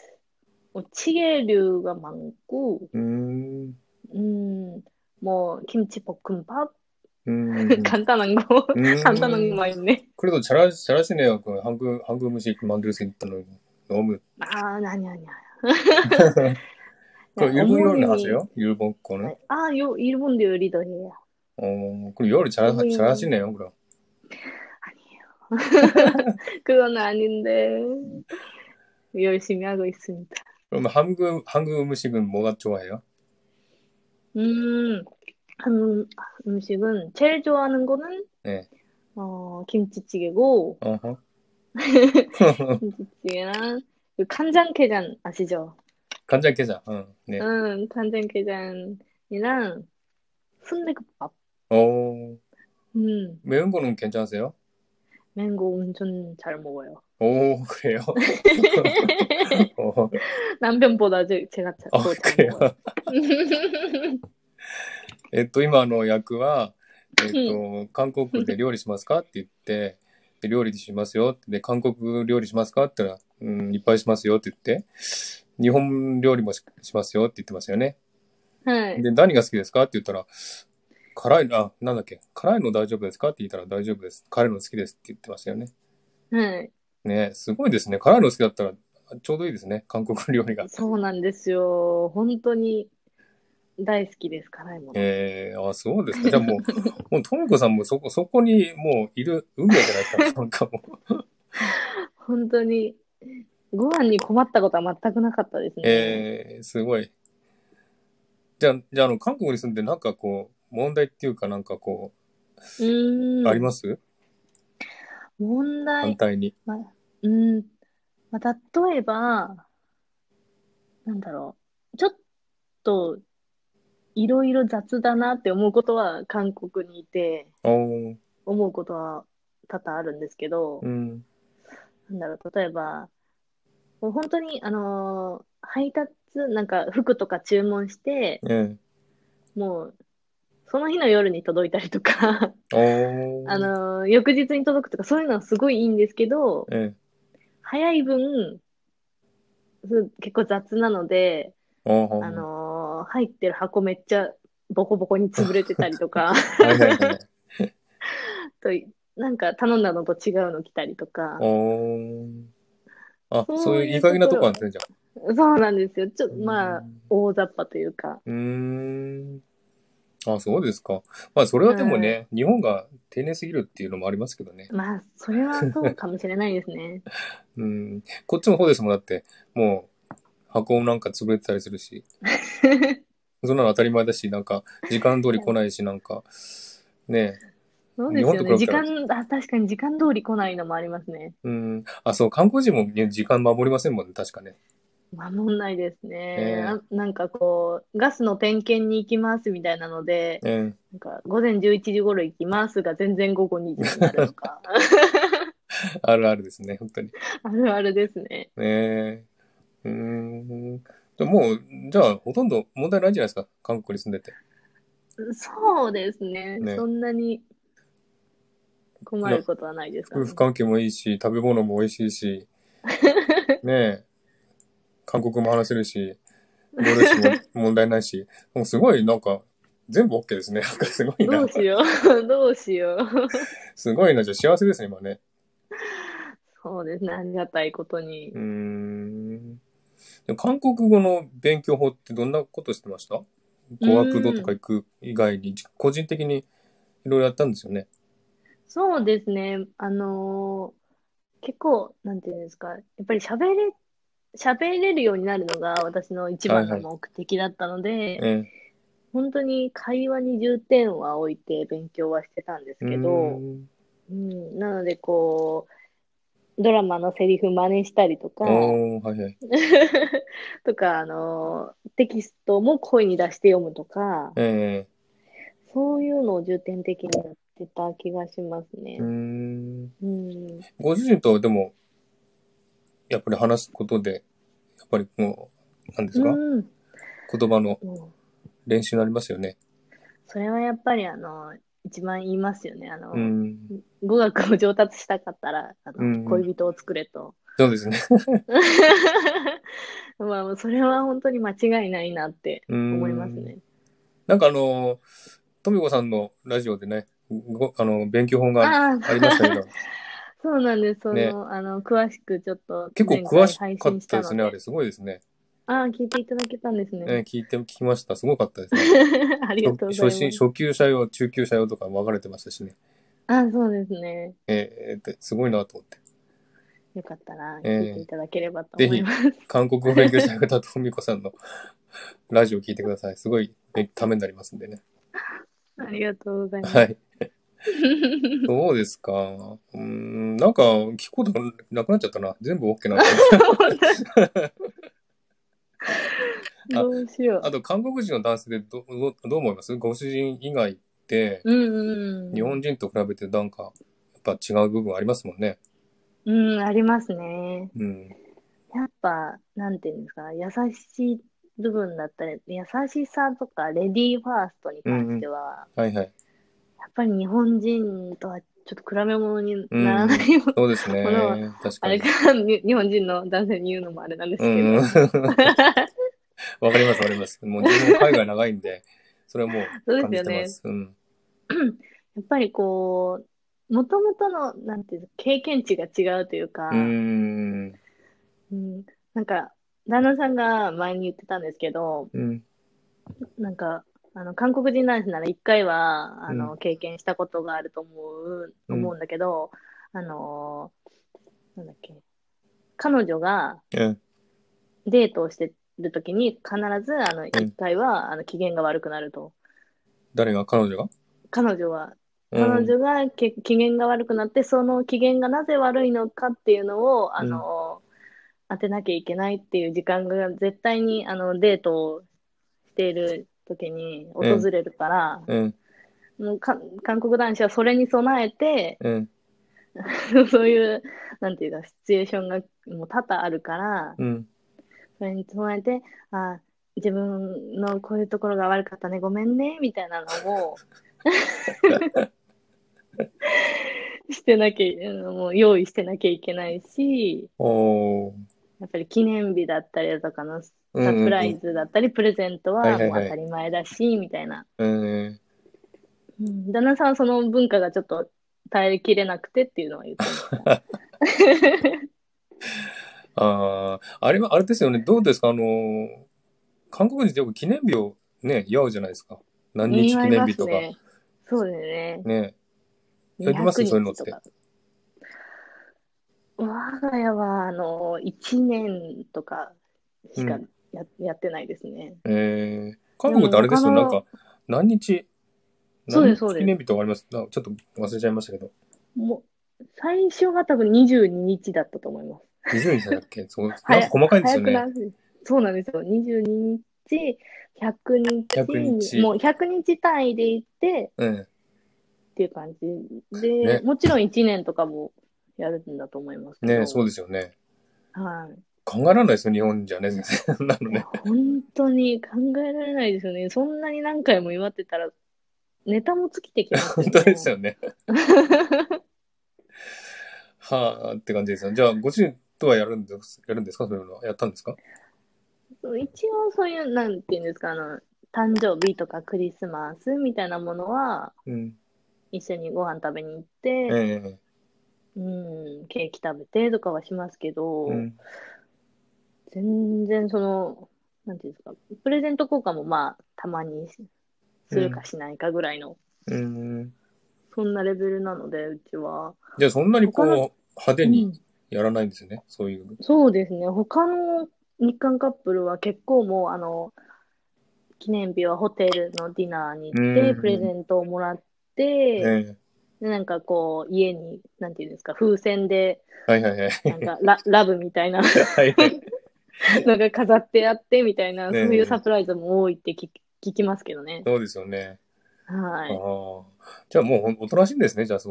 찌개류가 많고, 음, 음, 뭐, 김치볶음밥? 음, 간단한 거, 간단한 음. 것만 있네. 그래도 잘하시네요. 그 한국 음식 만들 수 있다는 거. 너무. 아, 아니야. 그 그냥 일본 요리는 어머님이, 하세요? 일본 거는? 일본도 요리도 해요. 그럼 요리 어머님이, 잘하시네요, 그럼. 아니에요. 그건 아닌데, 열심히 하고 있습니다. 그러면 한국 음식은 뭐가 좋아해요? 음, 한 음식은 제일 좋아하는 거는, 네. 김치찌개고, 어허. 김치찌개랑, 그 간장게장 아시죠? 간장게장. 네. 응, 간장게장이랑 순대국밥. 어, 음, 매운 거는 괜찮으세요? 맹고 엄청 잘 먹어요. 오, 그래요? 어, 남편보다 제가 더 잘 그래요? 먹어요. 今の役は、韓国で料理しますかって言って、で料理しますよって。で、韓国料理しますかって言ったら、いっぱいしますよって言って、日本料理もしますよって言ってましたよね。 はい。 で、何が好きですかって言ったら、辛いの、なんだっけ、辛いの大丈夫ですかって言ったら大丈夫です。辛いの好きですって言ってましたよね。 はい。 ね、すごいですね。辛いの好きだったらちょうどいいですね。韓国料理が。 そうなんですよ。本当に大好きです、辛いもの。 そうですか。じゃあもう、ともこさんもそこにもういる運命じゃないですか。なんかも本当に、ご飯に困ったことは全くなかったですう。 ね。 すごい。じゃあ、韓国に住んでなんかこう、問題っていうかなんかこうう、あーん。 ります？ 問題。 反対に。 ま、まあ、例えば、なんだろう。ちょっと、いろいろ雑だなって思うことは韓国にいて、 おー、 思うことは多々あるんですけど、 うん、 なんだろう、例えば、もう本当に、配達、なんか服とか注文して、 えもう、その日の夜に届いたりとか、 おー、 翌日に届くとか、そういうのはすごいいいんですけど、 え早い分、結構雑なので、 おー、 入ってる箱めっちゃボコボコに潰れてたりとか、 はいはいはい。 と、なんか頼んだのと違うの来たりとか、 おー。そうそういういういい加減なところ、 とこあるんですね、じゃあ。 そうなんですよ。 うまあ、 ん。 大雑把というか。 うーん。あ、そうですか。まあ、それはでもはね、日本が丁寧すぎるっていうのもありますけどね。 い。まあ、それはそうかもしれないですね。 うん。こっちもそうですもん。だって、もう、箱なんか潰れてたりするし、そんなの当たり前だし、なんか、時間通り来ないし、なんか、ねそうえ、日ですよね。 本と比べたら、 確かに時間通り来ないのもありますね。 うん。あ、そう、韓国人もね、時間守りませんもんね、確かね。 守んないですね。 えなんかこう、ガスの点検に行きますみたいなので、 ええなんか午前11時頃行きますが全然午後2時になるとか。 あるあるですね、本当に。 あるあるですね。 えでもう、じゃあ、ほとんど問題ないんじゃないですか、韓国に住んでて。 そうですね。 ね。 そんなに困な、 ることはないですかね。 夫婦関係もいいし、食べ物も美味しいし、ねえ、韓国も話せるし、ご両親も問題ないし、もうすごいなんか、全部 OK ですね。なんかすごいな。 どうしよう。どうしよう。 すごいな。じゃあ幸せですね、今ね。 そうですね。ありがたいことうーに。 ん。でも韓国語の勉強法ってどんなことしてました？ う語学堂とーん。 か行く以外に、個人的にいろいろやったんですよね。 そうですね。結構、なんていうんですか。やっぱり喋れるようになるのが私の一番のはいはい。 目的だったので、 え本当に会話に重点は置いて勉強はしてたんですうーけど、 ん。 なのでこう、ドラマのセリフ真似したりとか、 おー、はいはい。 とか、テキストも声に出して読むとか、 えそういうのを重点的にやってた気がしますうーね。 ん。 うん。 ご主人とでも、やっぱり話すことで、やっぱりもう、何ですか？ うん。 言葉のもう、 練習になりますよね。 それはやっぱり一番言いますよね。 うーん。 語学を上達したかったら、 うん。 恋人を作れと。 そうですね。 まあ、それは本当に間違いないなってうー思いますん。 ね。 なんかとみこさんのラジオでね、勉強本がああ、 ありましたけど、 そうなんです。 ね、 詳しくちょっと結構前詳し回配信しかったですね、あれ。 たので、 すごいですね。 ああ、聞いていただけたんですね。 聞きました。すごかったですね。 ありがとうございます。 初級者用、中級者用とか分かれてましたしね。 ああ、そうですね。 すごいなと思って。 よかったら聞いてえいただければとぜひ、 思います。 韓国語を勉強したい方はとみこさんのラジオを聞いてください。すごい、ためになりますんでね。 ありがとうございます。 はい。そうですか。なんか、聞くことがなくなっちゃったな。全部 OK なんですね。 本当あ、 どうしよあと、韓国人の男性でどう思います？ご主人以外って、 う。うんうん。 日本人と比べてなんか、やっぱ違う部分ありますもんね。 うん、ありますね。 うん。 やっぱ、なんていうんですか、優しい部分だったり、優しさとか、レディーファーストに関しうんうん。 ては、 はいはい。 やっぱり日本人とはちょっと比べ物にうならなん。 いそうですものは、 ね。確あれかに。 かに日本人の男性に言うのもあれなんでうん。 すけど。 わかりますわかります。もう自分も海外長いんで、それはもそうう感ですよね。 じてます。うん。 やっぱりこう、もともとの、なんていうの、経験値が違うといううーか、 ん。 うん、なんか、旦那さんが前に言ってたんですけど、 うん。 なんか、韓国人男子なら一回は、 うん。 経験したことがあるとうん。 思うんだけど、あの、なんだっけ、彼女がうん。 デートをしてるときに必ず、一うん。 回は、機嫌が悪くなると。 誰が？彼女が？ 彼女は、 うん。 彼女が機嫌が悪くなって、その機嫌がなぜ悪いのかっていうのを、 うん。 当てなきゃいけないっていう時間が絶対に、デートをしている時に訪うん。 れるから、 うん。 もう韓国男子はそれに備えて、 うん。 そういう、なんていうか、シチュエーションがもう多々あるから、 うん。 それに備えて、自分のこういうところが悪かったね、ごめんね、みたいなのをしてなきゃ、もう用意してなきゃいけないし、 おー。 やっぱり記念日だったりだとかのうんサプうんうん。 ライズだったりプレゼントはいはもう当はいはい。 たり前だし、みたいな。 うん。 旦那さんはその文化がちょっと耐えきれなくてっていうのは言ってました。 あれは、あれですよね。どうですか韓国人ってよく記念日をね、祝うじゃないですか。何日記祝い念日とか。 ますね。そうですね。 ね。やりま 200 すそういうのって。 日とか。我が家は、1年とかしかうん。 やってないですね。 韓でも、 国ってあれですよ。なん他の、 か、何日、 そうです、 何日そうです。 記念日とかありますちょっと忘れちゃいましたけど。 も最初が多分22日だったと思います。 20日だっけそう、なんか細かいんです早よね。 くなる。そうなんですよ。22日、100 100 日、 日。 もう100日単位で行ってうん。 っていう感じで、 ね。 もちろん1年とかもやるんだと思いますけね、そうど、 ですよね。 はい。 考えられないですよ、日本じゃね、全然。そんなのいや、 ね。 本当に考えられないですよね。そんなに何回も祝ってたら、ネタも尽きてきます本当ですよね。 よね。はあ、って感じですよ。じゃあ、ご主人とはやるんですかそういうのは。やったんですか？ 一応そういう、なんていうんですか、誕生日とかクリスマスみたいなものは、 うん。 一緒にご飯食べに行っえて、 えケーキ食べてとかはしますけど、 うん。 全然なんていうんですか、プレゼント交換もまあ、たまにするうん。 かしないかぐらいの、 うん。 そんなレベルなので、うちは。 じゃあ、そんなに他の、 こう、派手にうん、 やらないんですよね。そういう。 そうですね。他の日韓カップルは結構もう、記念日はホテルのディナーに行うって、プレゼん。 ントをもらって、 ええでなんかこう、家に、なんていうんですか、風船で、 はいはいはい。 なんかラブみたいなはいはい。 のが飾ってあってみたいな、そういうサええプライズも多いって聞きますけどね。 そうですよね。あはい。 あ。じゃあもうおとなしいんですね。じゃあそう、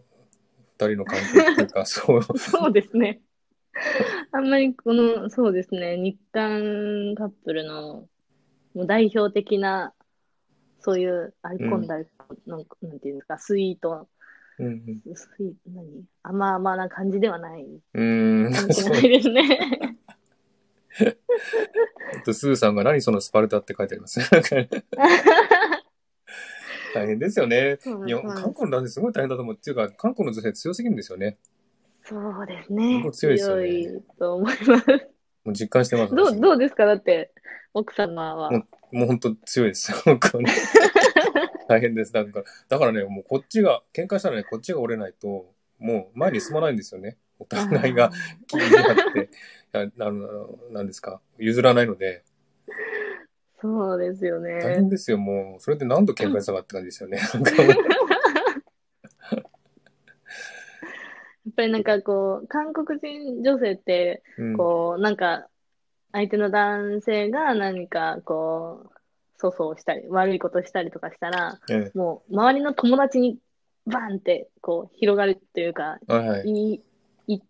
二人の関係っていうか、そう。 そうですね。あんまりそうですね、日韓カップルのもう代表的な、そういうアイうん。 コンだの、なんていうんですか、スイート、 うん。 スイート、甘々な感じではないうん。うーん。 かもしれそう。 ないですね。 スーさんが何そのスパルタって書いてあります。なんかね大変ですよね。韓国の男性すごい大変だと思う。っていうか、韓国の女性強すぎるんですよね。 そうですね。 本当強いですよ強ね。 いと思います。 もう実感してます、私も。 どうですかだって、奥様は。 もう本当強いです。本当に。大変です。だからね、もうこっちが、喧嘩したらね、こっちが折れないと、もう前に進まないんですよね。おあ互いがあ、 意地張って、なんですか、譲らないので、 そうですよね。 大変ですよ、もう。それで何度喧嘩したかって感じですよね。なんかもう、 やっぱりなんかこう、韓国人女性って、 うん。 こう、なんか、相手の男性が何かこう、粗相したり、悪いことしたりとかしたら、 ええ。 もう、周りの友達にバンって、こう、広がるっていうか、 はいはい。 言って、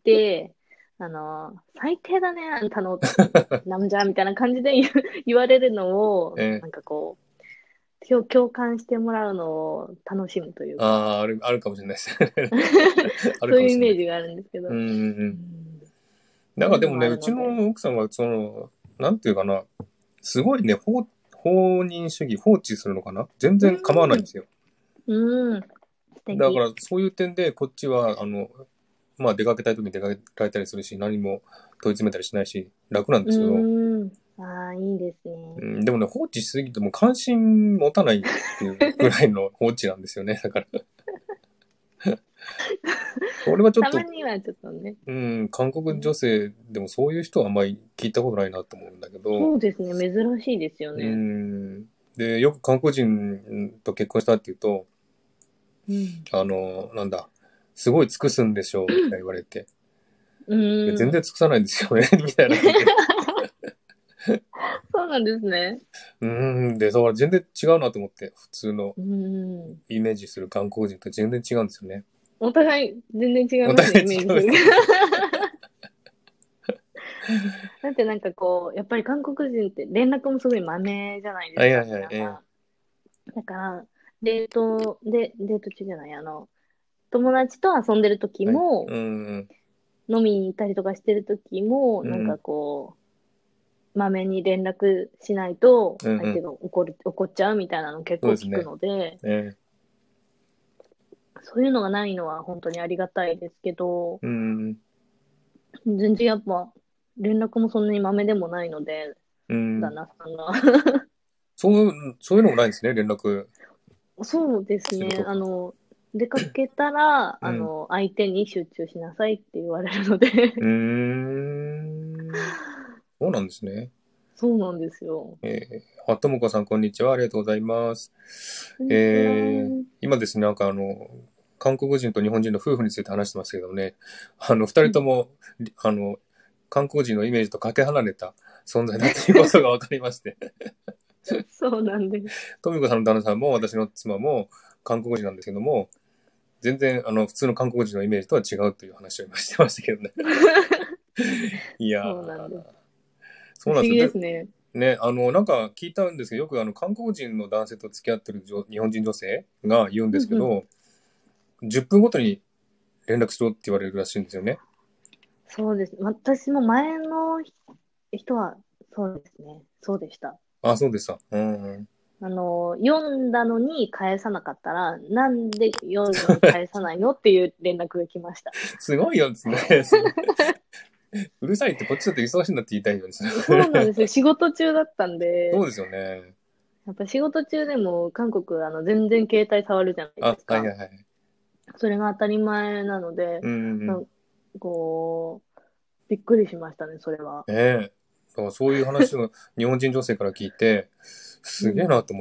最低だね、あんたの、なんじゃ、みたいな感じで言われるのを、 ええ。 なんかこう、共感してもらうのを楽しむというか、 あるかもしれないです。あるそういうかもしれない。 イメージがあるんですけど、 うんうんうん。 うん、 なんそういうのもあかでもね、うちるので、 の奥さんは、なんていうかな、すごいね、放任主義、放置するのかな全然構わないんですよ。 うん、素敵。 だから、そういう点で、こっちは、まあ、出かけたい時に出かけられたりするし、何も問い詰めたりしないし、楽なんでうすけど、 ん、ああ、いいですね。 うん、でもね、放置しすぎても関心持たないっていうぐらいの放置なんですよね。だから、これはちょったまと、 にはちょっとね。 うん、韓国女性でもそういう人はあんまり聞いたことないなと思うんだけど、 そうですね、珍しいですようね。 ん、で、よく韓国人と結婚したっていうと、 うん。 なんだ、すごい尽くすんでしょう、みたいな言われて、 ういや全ん。 然尽くさないんですよね、みたいな感じで。 そうなんですね。 で、だから全然違うなと思って、普通のうん。 イメージする韓国人と全然違うんですよね。 お互い全然違いますね、 お互いイメージする。 違うんですよね。 だってなんかこう、やっぱり韓国人って連絡もすごいマメじゃないですか、 はいはいはい、 皆さん。だから、デート中じゃない、友達と遊んでる時はい。 も、飲みに行ったりとかしてる時も、なんかうん、 こう、まめに連絡しないと、 うん、うん。 相手が怒っちゃうみたいなの結構聞くそうですね。 ので、 えそういうのがないのは本当にありがたいですけど、 うん、 全然やっぱ、 連絡もそんなにまめでもないので、 うん。 旦那さんが。 そういうのもないんですね、連絡そうですね。 するとか。 出かけたら、 うん。 相手に集中しなさいって言われるので。 うーん。そうなんですね。 そうなんですよ。 ともこさん、こんにちは。ありがとうございます。 こんにちは。 今ですね、なんか韓国人と日本人の夫婦について話してますけどね、二人とも、韓国人のイメージとかけ離れた存在だということが分かりまして、 そうなんです。 とみこさんの旦那さんも私の妻も韓国人なんですけども、全然、普通の韓国人のイメージとは違うという話を今してましたけどね。いやそうなんです。 ー、そ不思議うなんですよ。 ですね。 ね、なんか聞いたんですけど、よく韓国人の男性と付き合ってる日本人女性が言うんですけうんうん。 ど、10分ごとに連絡しろって言われるらしいんですよね。 そうです。私も前の人は、そうですね。そうでした。 あ、そうでした。うん。 読んだのに返さなかったら、なんで読んだのに返さないのっていう連絡が来ました。 すごいよですね。うるさいってこっちだって忙しいんだって言いたいよです。 そうなんですよ。仕事中だったんで、 そうですよね。 やっぱ仕事中でも韓国、全然携帯触るじゃないであ、 すか。 はいはいはい。 それが当たり前なので、 うんうん。 なんこびっくりしましたね、それは。 ねえ。だからそういう話を日本人女性から聞いて、 うん。 すげえなと思って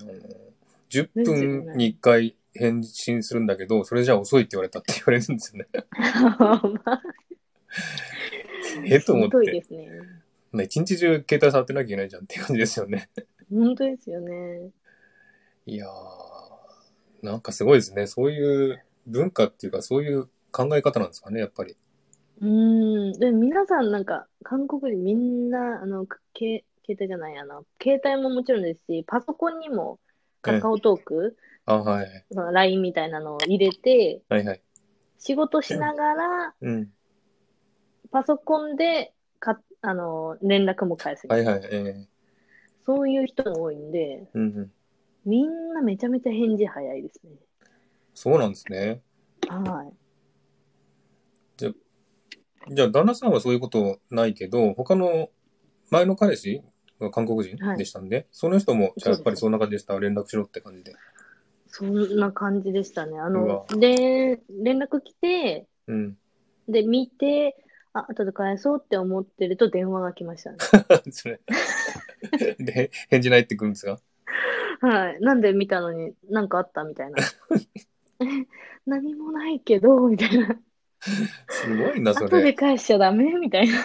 、10 ですよ分にね。 1回返信するんだけど、それじゃ遅いって言われたって言われるんですよね。 まあ、 と思しんどいって。 ですね。 一日中携帯触ってなきゃいけないじゃんっていう感じですよね。 本当ですよね。 いやー、なんかすごいですね。そういう文化っていうか、そういう考え方なんですかね、やっぱり。 で、皆さんなんか、韓国人みんな、携帯じゃない、携帯ももちろんですし、パソコンにもええ。 カカオトーク、 あ、はい。 その LINE みたいなのを入れて、 はいはい。 仕事しながら、 うん。 パソコンで連絡も返すみたいな。 はいはい。 そういう人も多いんで、 うんうん。 みんなめちゃめちゃ返事早いですね。 そうなんですね。 はい。 じゃ、じゃあ、旦那さんはそういうことないけど、他の前の彼氏が韓国人はい。 でしたんで、その人も、じゃあやっぱりそうです。 そんな感じでした。連絡しろって感じで。 そんな感じでしたね。 うわ。 で、連絡来て、 うん。 で、見て、後で返そうって思ってると電話が来ましたね。 それ。で、返事ないってくるんですか？ はい。なんで見たのになんかあったみたいな。何もないけど、みたいな。 すごいな、それ。 後で返しちゃダメみたいな。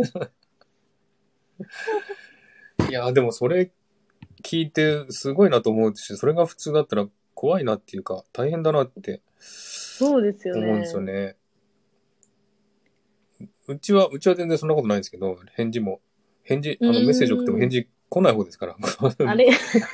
いや、でもそれ聞いてすごいなと思うし、それが普通だったら怖いなっていうか、大変だなってそうですよ思うんですよね。 ね。うちは全然そんなことないんですけど、 うメッセージ送ってもーん。 返事来ない方ですから。 あれ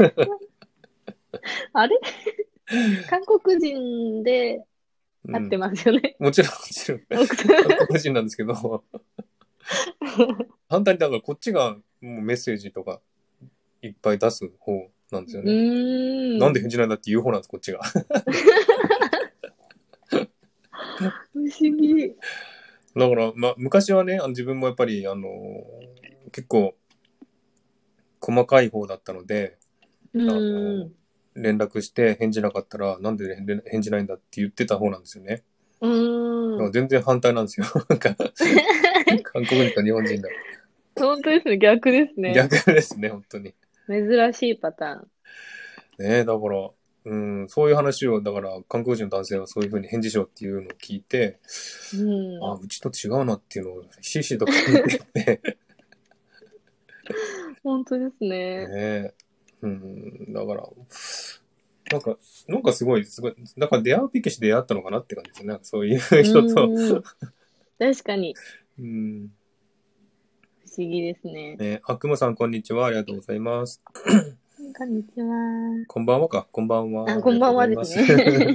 あれ韓国人でうん。 会ってますよね。 もちろん、もちろん、 奥さ韓国人なんですけど、反対にだからこっちがもうメッセージとかいっぱい出す方なんですようね。なんでーん。 返事ないんだって言う方なんです、こっちが。 不思議。 だから、まあ、昔はね、自分もやっぱり、結構細かい方だったので、 うあーの、 ん。 連絡して返事なかったら、なんで返事ないんだって言ってた方なんですよね。 うーん。 だから全然反対なんですよ。なんか、韓国人と日本人だ。 本当ですね。逆ですね。 逆ですね、本当に。 珍しいパターン。 ねえ、だから、うん、そういう話を、だから、韓国人の男性はそういうふうに返事しろっていうのを聞いて、 うん。 うちと違うなっていうのをひしひしと感じてて、 本当ですねね。 え、うん、だから、なんか、すごい、だから出会うべきし出会ったのかなって感じですね。そういうう人と、 ーん。確かに、 うん、 不思議ですね。 ね、くまさん、こんにちは。ありがとうございます。 こんにちは。 こんばんはか。こんばんは。あこんばんりがとうござはですね。 います。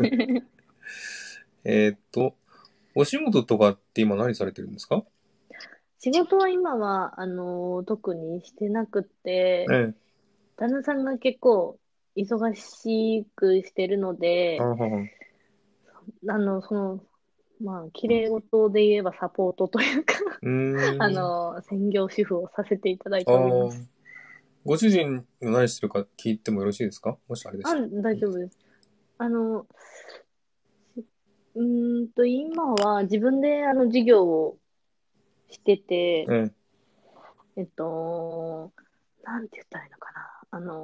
えーっと、お仕事とかって今何されてるんですか？ 仕事は今は、特にしてなくて、 ええ。 旦那さんが結構忙しくしてるので、 あはは。 あの、その、 まあ、綺麗事で言えばサポートというかうーん。 専業主婦をさせていただいあておりまあ。 す。 ご主人が何してるか聞いてもよろしいですか？もしあれでしあ、 たら。 大丈夫です。あの、今は自分で事業をしてて、 うん。 えっと、なんて言ったらいいのかな。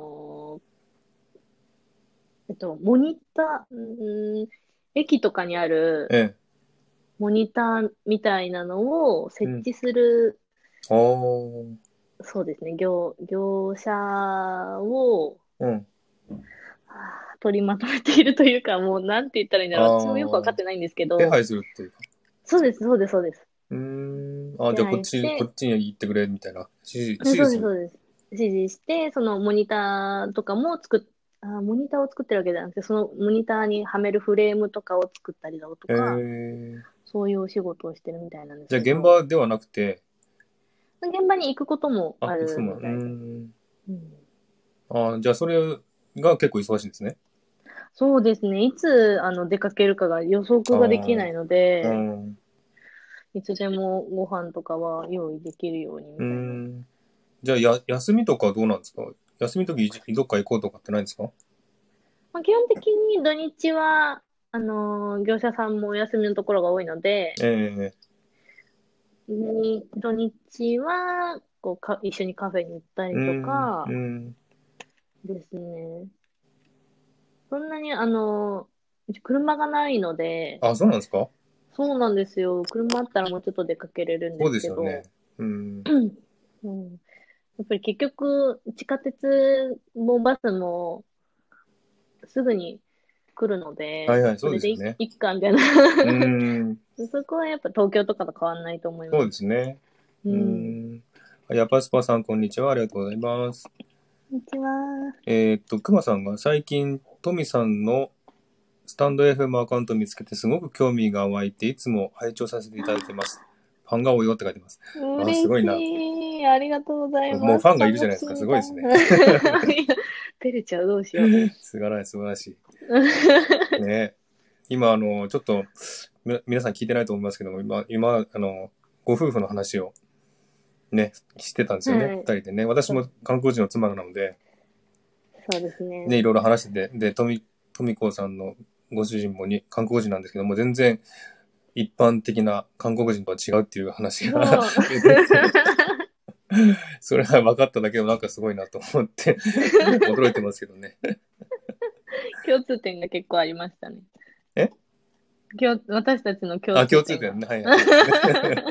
モニター、駅とかにあるええ。 モニターみたいなのをうん。 設置する、 ああ。 そうですね、業者をうん。 取りまとめているというか、もうなんて言ったらいいんだろう。私もよくわああ。 かってないんですけど、 手配するっていうか。 そうです、そうです、そうです。 うーん。あ、 手じゃあこ配して、 っちに行ってくれ、みたいな。指そうです、 示する。 そうです。指示して、そのモニターとかもモニターを作ってるわけじゃなくて、そのモニターにはめるフレームとかを作ったりだとえか、 え。 そういうお仕事をしてるみたいなんですじゃあ現けど、 場ではなくて、 現場に行くこともあ、 ある行くとも、うーみたいで。 ん。 うん、 あ、じゃあそれが結構忙しいんですね。 そうですね。いつ、出かけるかが予あ測ができないのあ。うで、 ん。 いつでもご飯とかは用意できるようにうーみたいな。 ん。じゃあ休みとかはどうなんですか？休みの時どっか行こうとかってないんですか？ まあ、基本的に土日は、業者さんもお休みのところが多いので、 ええ。 土日は、一緒にカフェに行ったうーりとん。うかーん。 ですね。そんなに、うち車がないので、 あ、そうなんですか？ そうなんですよ。車あったらもうちょっと出かけれるんでそうすですよね。 けど、 うん。 うん、やっぱり結局、地下鉄もバスもすぐに来るので、 はいはい、そそれでうですよね。 いっか、みたいな。 うーん。 そこはやっぱ東京とかと変わんないと思いそうます。 ですね。うーうん。 ん。ヤパスパさん、こんにちは。ありがとうございます。 こんにちは。 くまさんが最近、トミさんのスタンド FM アカウントを見つけてすごく興味が湧いて、いつも拝聴させていただいてます。ファンが多いよって書いてます。あ、す嬉しごいな。 い。ありがとうございます。 もうファンがいるじゃないですか。す楽しみだ。 ごいですね。 いや照れちゃう、どうしよう。 素晴らしい、素晴らしい。ね。今、ちょっと、皆さん聞いてないと思いますけども、今、ご夫婦の話をね、してたんですよね。 はい。 二人でね。私もそう、 観光地の妻なので、 そうですね、いね。 ろいろ話してて、で、トミコさんのご主人も韓国人なんですけども、全然一般的な韓国人とは違うっていう話がそう。 出て、それが分かっただけでもなんかすごいなと思って驚いてますけどね。 共通点が結構ありましたね。 え私たちの共あ、 通点が。 共通点ね。はいはい、そうですね。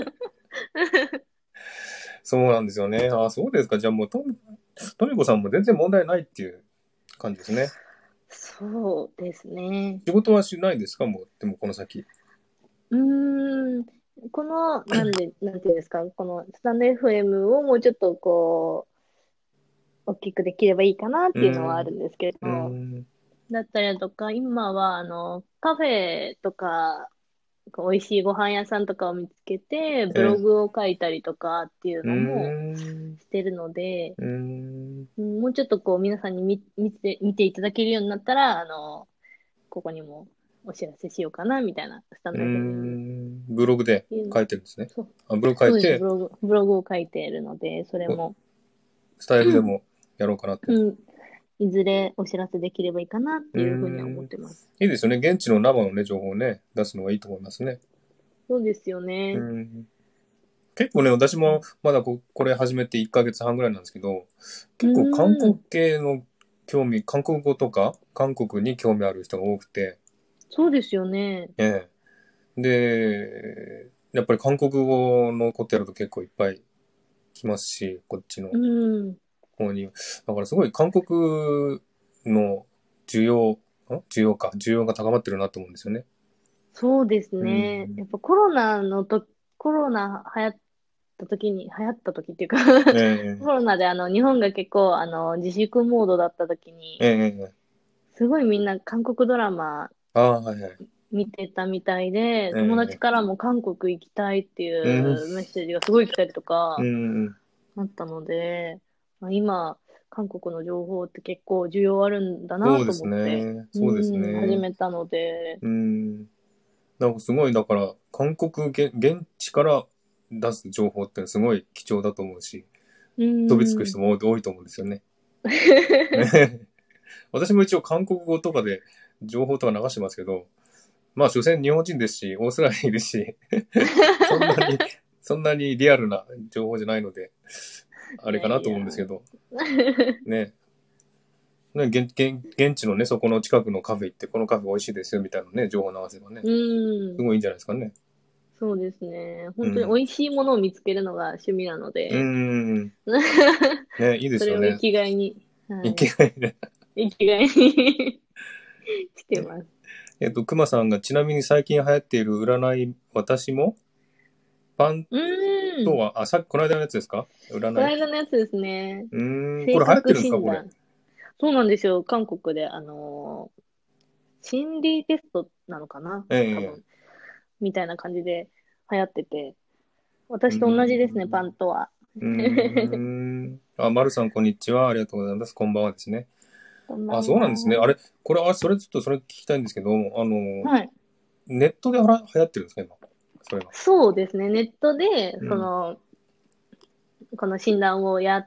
そうなんですよね。あ、そうですか。じゃあもうトミコさんも全然問題ないっていう感じですね。 そうですね。 仕事はしないですか？もう、でもこの先。 うーん。なんていうんですか、このスタンド FM をもうちょっと大きくできればいいかなっうていうのはあーん。 るんですけうーど、 ん。 だったりだとか、今は、カフェとか、美味しいご飯屋さんとかを見つけて、ブロえグを書いたりとかっていうー、うのもーん。 してるので、 うーん。 もうちょっと皆さんに見ていただけるようになったら、ここにもお知らせしようかな、みたいな、スタンうード FM に。 ん。ブログでいうの書いてるんですね。 そう、 あ、ブログ書そうです、 いて、 ブログを書いているので、それも、 スタイフでもやろうかなと。 うん、いずれお知らせできればいいかなっうーていうふうには思っん。 てます。 いいですよね。現地の生のね、情報をね、出すのがいいと思いますね。 そうですようね。 ん。結構ね、私もまだこれ始めて1ヶ月半ぐらいなんですけど、 う結構韓国ーん、 系の韓国語とか、韓国に興味ある人が多くて、 そうですよね。 ええ。で、やっぱり韓国語のことやると結構いっぱい来ますし、こっちのうん、 方に。だからすごい韓国の需要、需要が高まってるなと思うんですよね。 そうですうね。 ん。 やっぱコロナ流行った時っていうかコええロナで日本が結構自粛モードだった時に、 ええええすごいみんな韓国ドラマああ、はいはい。 見てたみたいで、友達ええからも韓国行きたいっていうん、 うメッセージがすごい来たりとか、 うん、 あったので、今、韓国の情報って結構需要あるんだなとそうです思って、 ね。そうです始ね。 めたので、 うん。 なんかすごい、だから、韓国現地から出す情報ってすごい貴重だと思うし、 う飛びつくん。 人も多いと思うんですよね。ね私も一応韓国語とかで情報とか流してますけど、まあ、所詮日本人ですし、オーストラリアにいるし、そんなに、そんなにリアルな情報じゃないので、あれかなといやいや。 思うんですけど、ね。ね、現地のね、そこの近くのカフェ行って、このカフェ美味しいですよ、みたいなね、情報流せばね、 うん。 すごいいいんじゃないですかね。 そうですね。 うん。 本当に美味しいものを見つけるのが趣味なのうーで、 ん。ね、いいでそれを生すよね。 きがいに、はいい。 けないね。 生きがいにしてます。 熊さんがちなみに最近流行っている占い、私もパンうーん。 とは、さっきこの間のやつですかこの占い。 間のやつですね。 これ流行って性格るんですかこれ。 診断。そうなんですよ。韓国で、心理テストなのかなええ。 多分。みたいな感じで流行ってて。 うー私と同じですね、パンん。 とは。 うーん。まるさん、こんにちは。ありがとうございます。こんばんはですね。 こんばんそうなんですね。あは。 れ、これ、それちょっとそれ聞きたいんですけど、 はい。 ネットで流行ってるんですか、今。それが。 そうですね。ネットで、 うん。 この診断をやって、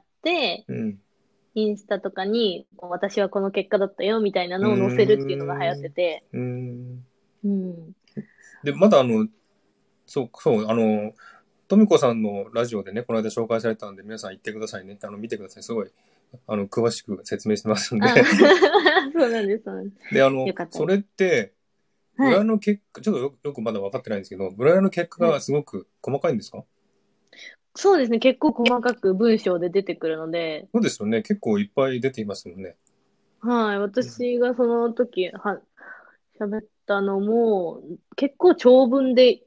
うん。 インスタとかに、私はこの結果だったよ、みたいなうーのを載せるっていうのが流行ってん。 て。 うーん。 うん。 で、まだそう、とみこさんのラジオでね、この間紹介されたんで、皆さん行ってくださいね。見てください。すごい、詳しく説明してますんで。 あ、そうなんです。そうなんです。 で、 よかったです。 それって、 はい。 占いの結果、ちょっとよくまだ分かってないんですけど、占いの結果はい。 がすごく細かいんですか？ そうですね。結構細かく文章で出てくるので、 そうですよね。結構いっぱい出ていますもんね。 はい。 うん。 私がその時、喋ったのも、結構長文で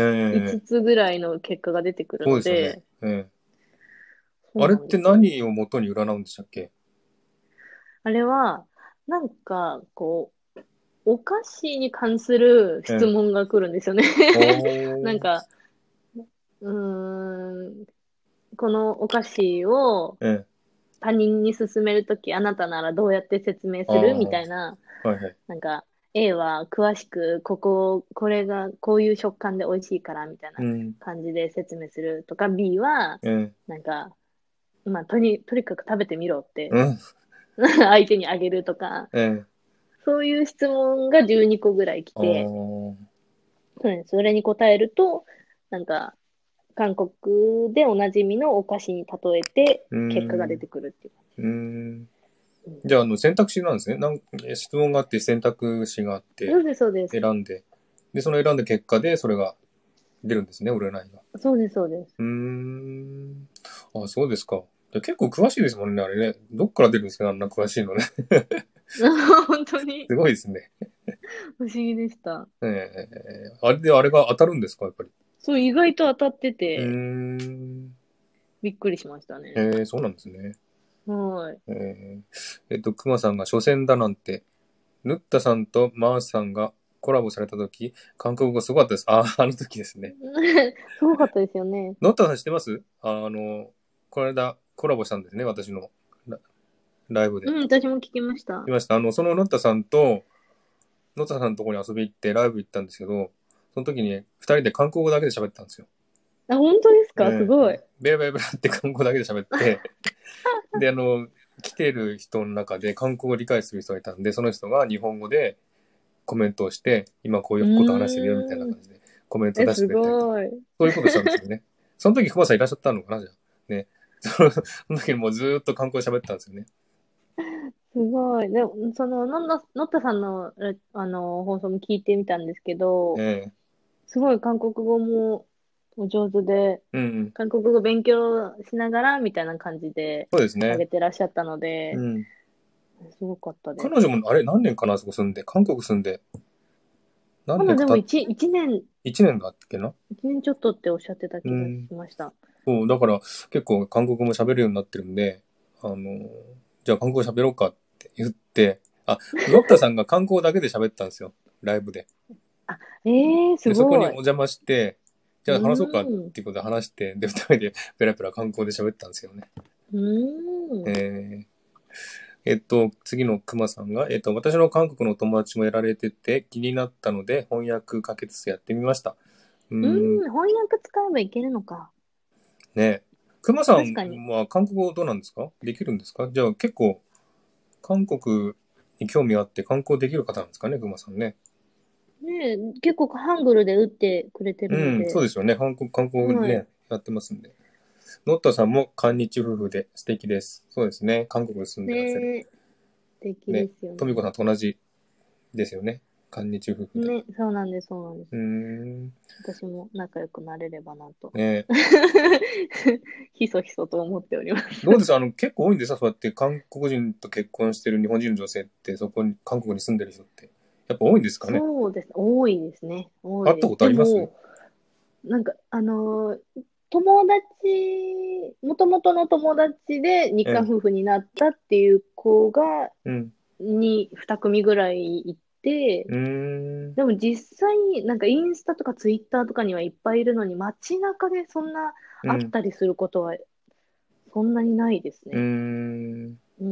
5 ええ、 つぐらいの結果が出てくるそうですよね。 ので、そうあれってなんですよ。 何を元に占うんでしたっけ？ あれは、なんか、お菓子に関する質ええ。 問が来るんですよね。なんおー。 か、うーん、このお菓子をええ。 他人に勧めるとき、あなたならどうやって説明あするみあ、 たいな、 はいはい。 なんか、A は詳しく、これがこういう食感で美味しいから、みたいなうん。 感じで説明するとか、B は、 ええ。 なんか、まあ、とにかく食べてみろってうん。 相手にあげるとか、 ええ。 そういう質問が12個ぐらい来あて、 あ。 それに答えると、なんか、韓国でおなじみのお菓子に例えてうー結果が出ん。 てくるっていううーん。 感じ。 じゃあ、選択肢なんですね。質問があって、選択肢があって、 そうです、そうです。 選んで、で、その選んだ結果で、それが出るんですね、占いが。 そうです、そうです。 うーん。そうですか。結構詳しいですもんね、あれね。どっから出るんですか、あんな詳しいのね。 本当にすごいですね。 不思議でした。 あれであれが当たるんですか、やっぱり。 そう、意外と当たってうーて、 ん。 びっくりしましたね。 そうなんですね。 はい。 熊さんが初戦だなんて、ヌッタさんとマースさんがコラボされた時、韓国語すごかったです。あの時ですね。 すごかったですよね。 ノッタさん知ってます？この間コラボしたんですね、私のライブで。 うん、私も聞きました。 いました。そのノッタさんと、ノッタさんのところに遊び行ってライブ行ったんですけど、その時に二人で韓国語だけで喋ったんですよ。 あ、本当ですかすごい。 ベラベラベラって韓国語だけで喋って、で、来てる人の中で韓国語を理解する人がいたんで、その人が日本語でコメントをして、今こういううこと話してるよみたいなーん。 感じでコメントを出してすくれたりとか、 ごい。 そういうことしたんですよね。その時、熊さんいらっしゃったのかなじゃあ。ね。その時にもうずーっと韓国語で喋ってたんですよね。 すごい。でも、ノッタさんの、放送も聞いてみたんですけど、 ええ。 すごい韓国語もお上手で、 うんうん。 韓国語勉強しながらみたいな感じでそうですね。 上げてらっしゃったので、 うん。 すごかったです。 彼女も、あれ何年かなあそこ住んで。韓国住んで。何年かまだでも一年だっけな。 一年ちょっとっておっしゃってた気がうん。 しました。 そう、だから結構韓国語も喋るようになってるんで、あの、じゃあ韓国語喋ろうかって言って、ノッタさんが韓国語だけで喋ったんですよ。ライブで。 あ、ええー、すで、そこにごい。 お邪魔して、じうゃあ話そうかっーん。 ていうことで話して、で、二人でペラペラ韓国語で喋ったんですよね。 うーん。 え次のクマさんが、私の韓国の友達もやられてて気になったので翻訳かけつつやってみました。 翻訳使えばいけるのか。 ね。クマさん確かに。 は韓国語どうなんですか？できるんですか？じゃあ結構韓国に興味あって観光できる方なんですかね、クマさんね。 ねえ、結構ハングルで打ってくれてるのうん、そうで。 ですよね。観光はい。 ね、やってますんで。ノッタさんも韓日夫婦で素敵です。そうですね。韓国に住んでらっしゃる。 ねえ、素敵でね。 すよね。 トミコさんと同じですよね。韓日夫婦で。 ね、そうなんです、そうなんです。 うーん。 私も仲良くなれればなと。 ね。 ひそひそと思っております。 どうです結構多いんですか？そうやって韓国人と結婚してる日本人の女性って、そこに、韓国に住んでる人って。やっぱ多いんですかね？ そうです。多いですね。多会ったいです。 ことあります？ でも、なんか、友達、もともとの友達で日ええ。 韓夫婦になったっていう子が、 うん。 2組ぐらいいて、 うーん。 でも実際になんかインスタとかツイッターとかにはいっぱいいるのに、街中でそんな会っうん。 たりすることはそんなにないですうーね。 ん。 うん。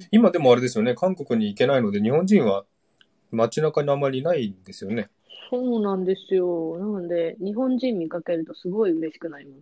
今でもあれですよね。韓国に行けないので、日本人は街中にあまりいないんですよね。 そうなんですよ。なので、日本人見かけるとすごい嬉しくなります。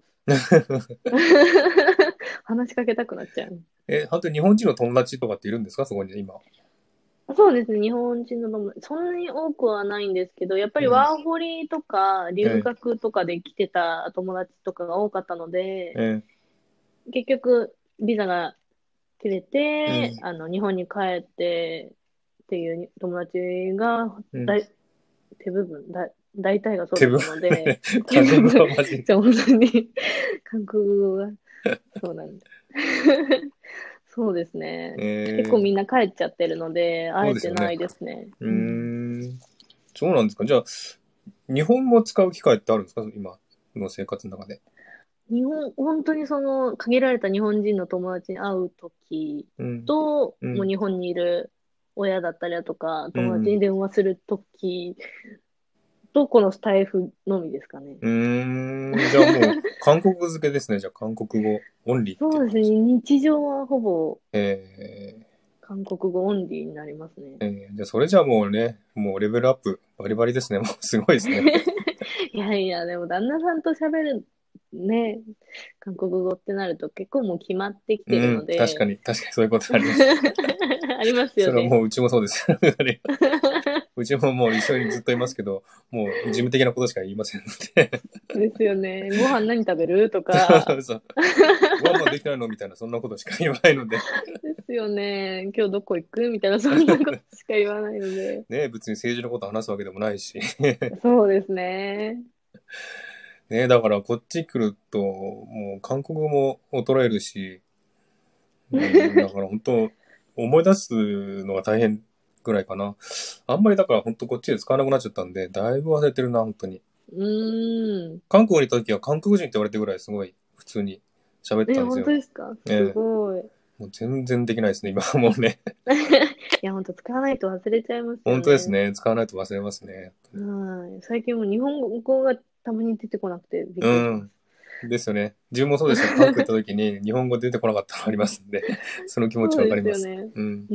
話しかけたくなっちゃう。 本当に日本人の友達とかっているんですか？そこに今。 そうですね。日本人の友達、そんなに多くはないんですけど、やっぱりうん。 ワーホリとか留え学とかで来てた友達とかが多かったので、 え、え結局、ビザが切れて、 うん。 日本に帰ってっていう友達がうん。 大、手部分、大体がそう手ぶ、 だったので、手韓国部分、 語はマジ。 じゃあ本当に韓国語が、そうなんです。そうですね。結構ええ、 みんな帰っちゃってるので、 そうですよね。 会えてないですね。 うーうん。 ん。そうなんですか。じゃあ、日本語を使う機会ってあるんですか？今の生活の中で。 本当にその、限られた日本人の友達に会うときうん。 と、 うん。 もう日本にいる親だったりだとか、友達うん。 に電話するときと、このスタイフのみですかね。 うーん。じゃあもう、韓国語漬けですね。じゃあ、韓国語オンリーっていう感じ。 そうですね。日常はほぼえ韓国語オンリーになりますね。 じゃあ、それじゃあもうね、もうレベルアップ、バリバリですね。もうすごいですね。 いやいや、でも旦那さんと喋るね、韓国語ってなると結構もう決まってきてるのうん。確かで、 に、確かにそういうことあります。 ありますよね。 それはもううちもそうです。うちももう一緒にずっといますけど、もう事務的なことしか言いませんので。 ですよね。ご飯何食べるとか。 そうそう。ご飯まできないのみたいな、そんなことしか言わないので。 ですよね。今日どこ行くみたいな、そんなことしか言わないので。 ね、別に政治のこと話すわけでもないし。 そうですね。 ね、だからこっち来ると、もう韓国語も衰えるし、うん、だから本当、思い出すのが大変ぐらいかな。あんまりだから本当こっちで使わなくなっちゃったんで、だいぶ忘れてるな、本当に。 うーん。 韓国にいた時は韓国人って言われてるぐらいすごい普通に喋ってたんです本当よ。 ですか？すええ、 ごい。 もう全然できないですね、今はもうね。 いや、本当使わないと忘れちゃいますよ本当ですね。 ね。使わないと忘れますね。 はい。最近もう日本語がたまに出てこなくてびっうくりします。 ん。ですよね。自分もそうでした。韓国行った時に日本語出てこなかったのありますんで、その気持ちそうでわかります。 すよね。 うん。 うん。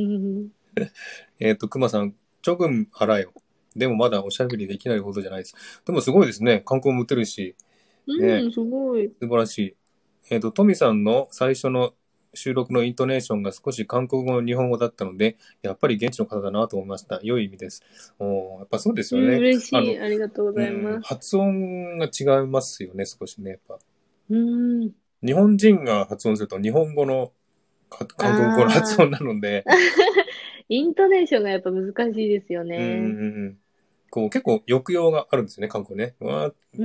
熊さん、チョグン払えよ。でもまだおしゃべりできないほどじゃないです。でもすごいですね。観光も打てるし、ね、 うん、すごい。 素晴らしい。トミさんの最初の収録のイントネーションが少し韓国語の日本語だったので、やっぱり現地の方だなと思いました。良い意味です。やっぱそうですうん、 よね。 嬉しい。ありがとうございます。 発音が違いますよね、少しね。やっぱうん。 日本人が発音すると日本語の韓国語の発ああ。 音なので、 イントネーションがやっぱ難しいですようんうんね。 うん、こう結構抑揚があるんですよね、韓国ね。 うん。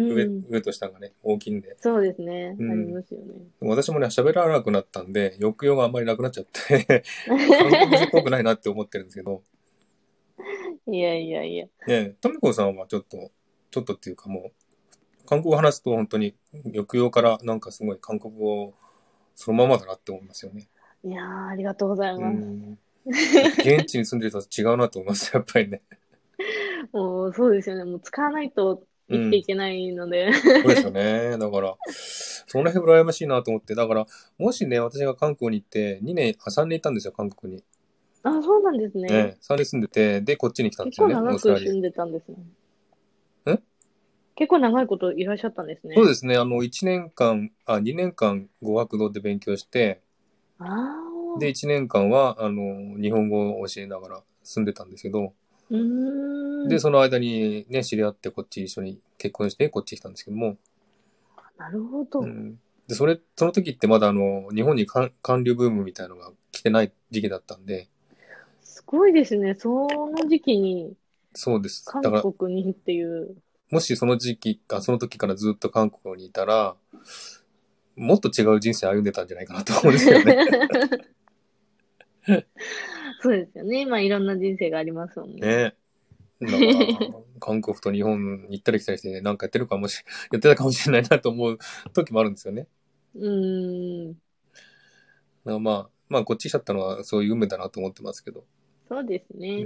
上と下がね、大きいんで。 そうですね。ありうん。 ますよね。 私もね、喋らなくなったんで、抑揚があんまりなくなっちゃって韓国人っぽくないなって思ってるんですけど、 いやいやいや。 ね、トミコさんはちょっとっていうかもう、韓国語話すと本当に抑揚からなんかすごい韓国語そのままだなって思いますよね。 いやー、ありがとうございうます。 ん。やっぱ現地に住んでる人は違うなと思います、やっぱりね。 もうそうですよね。もう使わないとうん。 生きていけないので。 そうですよね。だから、その辺羨ましいなと思って。だから、もしね、私が韓国に行って、2年、3年行ったんですよ、韓国に。 あ、そうなんですね。 3年住んでて、で、こっちに来たんで結すよね、オー構長ストラリく住んでたんですね。 ア。 結構長いこといらっしゃったんですね。 そうですね、1年間、2年間語学堂で勉強して、 あで、 あ、 1年間は、日本語を教えながら住んでたんですけど、 うーで、 ん。 その間にね、知り合ってこっち一緒に結婚してこっち来たんですけども、 なるほど。 うん。で、その時ってまだ日本に韓流ブームみたいのが来てない時期だったんで、 すごいですね。その時期にそうです。だ韓から、 国にっていう。 もしその時期か、その時からずっと韓国にいたら、もっと違う人生歩んでたんじゃないかなと思うんですけどね。 そうですよね。まあいろんな人生がありますもんね。 ね。だから、韓国と日本行ったり来たりしてなんかやってたかもしれないなと思う時もあるんですよね。 うーん。 だからまあこっち来ちゃったのはそういう運命だなと思ってますけど。 そうですね。 うん。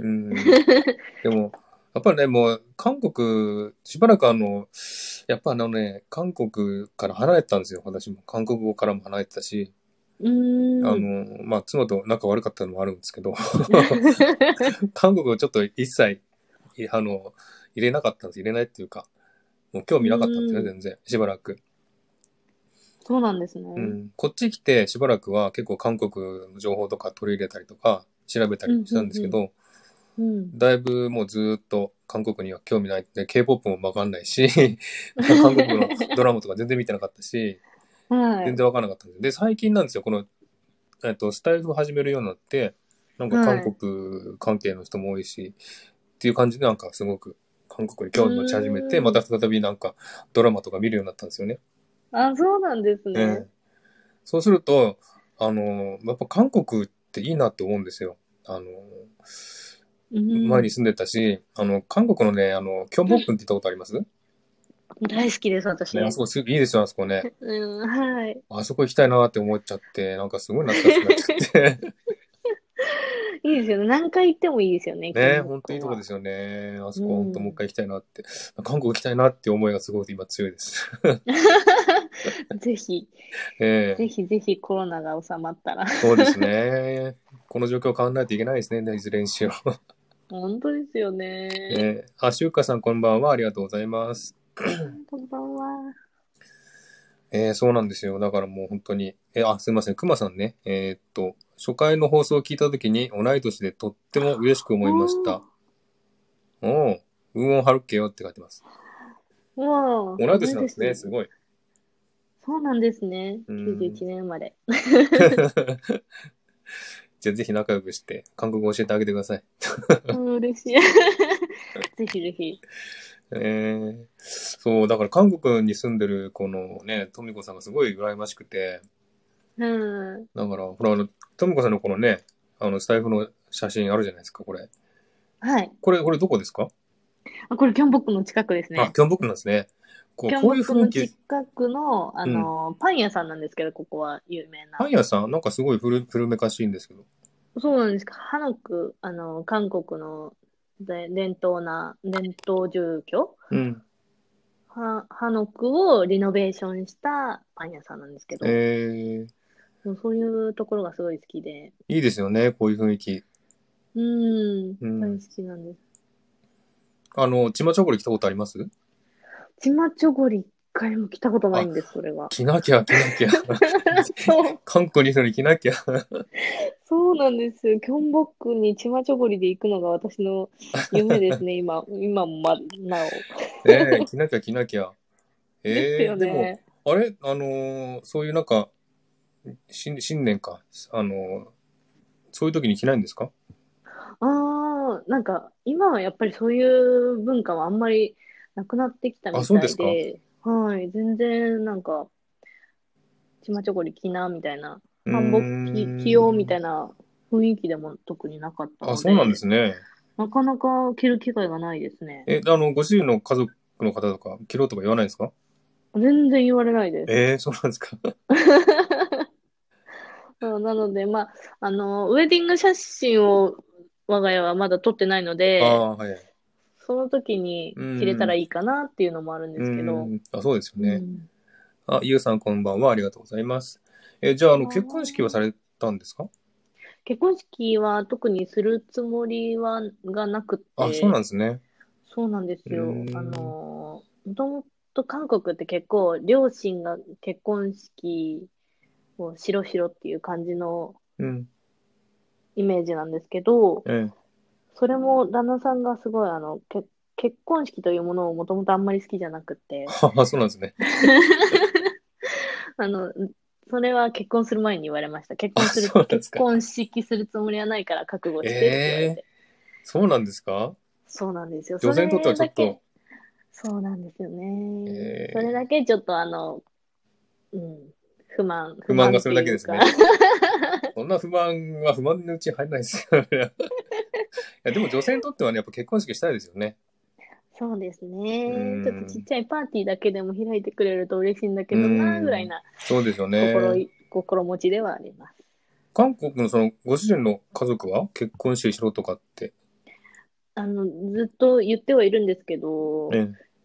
でも、やっぱりね、もう、韓国、しばらくやっぱ韓国から離れてたんですよ、私も。韓国語からも離れてたし、 うーん。 妻と仲悪かったのもあるんですけど、韓国をちょっと一切、いあの、入れなかったんです。入れないっていうか、もう興う味なかったんですよ、 ーん。 全然。しばらく。 そうなんですね。 うん。こっち来てしばらくは結構韓国の情報とか取り入れたりとか、調べたうん、 りしたうん、うん。 んですけど、 うん。 だいぶもうずーっと韓国には興味ないって、K-POP もわかんないし、韓国のドラマとか全然見てなかったし、 はい。 全然わかんなかったんです。で、最近なんですよ、この、スタイフを始めるようになって、なんか韓はい。 国関係の人も多いし、っていう感じでなんかすごく韓国にう興味持ち始めて、まーん。 た再びなんかドラマとか見るようになったんですよね。 あ、そうなんですね。 ええ。そうすると、やっぱ韓国っていいなって思うんですよ。 うん。 前に住んでたし、韓国のね、キョンボックンって言ったことあります？ 大好きです、 ね、あ私。 そこすごいいいですよ、あそこね。 うん、はい。 あそこ行きたいなって思っちゃって、なんかすごい懐かしくなっちゃって。 いいですよね。何回行ってもいいですよね、キョね、 ンボッほんとクンは。 いいとこですよね。あそうこほんともう一ん。 回行きたいなって。韓国行きたいなって思いがすごく今強いです。 ぜひ、 ええ、 ぜひぜひコロナが収まったら。 そうですね。この状況を変わらないといけないですね、いずれにしよう。 本当ですよね。 しゅうかさんこんばんは。ありがとうございます。 こんばんは。 そうなんですよ。だからもう本当に、すいません。くまさんね。初回の放送を聞いたときに同い年でとっても嬉しく思いましおー、 た。おう、運を張るっけよって書いてます。 もう、 同い同い年なんですね。す年。 ごい。 そうなんですね。 うー 91 ん。 年生まれ。 じゃあぜひ仲良くして、韓国語教えてあげてください。 うん、嬉しい。ぜひぜひ。 そう、だから韓国に住んでるこのね、トミコさんがすごい羨ましくて、 うん。 だから、ほら、トミコさんのこのね、スタイフの写真あるじゃないですか、これ。 はい。 これどこですか？ あ、これ、キョンボックの近くですあ、 ね。 キョンボックなんですね。こういうキョンボック雰囲気、 の近くの、 うん。 パン屋さんなんですけど、ここは有名な。 パン屋さんなんかすごい古めかしいんですけど。 そうなんですか。ハノク、韓国の伝統住居うん。 ハノクをリノベーションしたパン屋さんなんですけど、そういうところがすごい好きで、 いいですよね、こういう雰囲気。 大うん。 好きなんです。 チマチョゴリ来たことあります？ チマチョゴリ一回も来たことないあ、 んです、それが。 来なきゃ、来なきゃ。 そう、 韓国にいるのに来なきゃ。 そうなんですよ。キョンボックにチマチョゴリで行くのが私の夢ですね、今もなお。 来なきゃ来なきゃ。 ですよでも、 ね。 あれそういうなんか、新年か。そういう時に着ないんですか？ なんか、今はやっぱりそういう文化はあんまりなくなってきたあ、 みたそうですか？ いで、はい、全然なんか、チマチョゴリ着な、みたいな、 うー韓国着ようみたん。 いな雰囲気でも特になかったあ、そうなんでので、 すね。 なかなか着る機会がないですね。 ご主人の家族の方とか、着ろとか言わないんですか？ 全然言われないです。 そうなんですか？ そうなので、まあ、ウェディング写真を我が家はまだ撮ってないので、 ああー、はい。 その時にうー着れたらん。 いいかなっていうのもあるんですけど、 あ、そうですよね。 うん。 ゆうさんこんばんは。ありがとうございます。じゃあ、結婚式はあされたんですか？ 結婚式は特にするつもりがなくあ、そうなんて、 ですね。 そうなんでうーすよ。 ん。 もともと韓国って結構両親が結婚式をしろしろっていう感じのうん。 イメージなんですけど、 ええ。 それも旦那さんがすごい結婚式というものをもともとあんまり好きじゃなくて、 はは、そうなんですね。 あの、それは結婚する前に言われました。 あ、そうなんで結すか。 婚式するつもりはないから覚悟えしてって言われえ、 て。 そうなんですか？ そうなんですよ。そ女性にとってはちょっと、 れだけ、そうなんですよね。それだええ、 けちょっとうん、不満っ不満がそれていうかだけですね。そんな不満は不満のうちに入らないですよ。いや、でも女性にとってはね、やっぱ結婚式したいですよね。 そうですうーね。ちょっとちっん。 ちゃいパーティーだけでも開いてくれると嬉しいんだうけどな、ぐらーん。 いなそうですよね。 心持ちではあります。 韓国のそのご主人の家族は結婚式しろとかって。 ずっと言ってはいるんですけど、 ええ。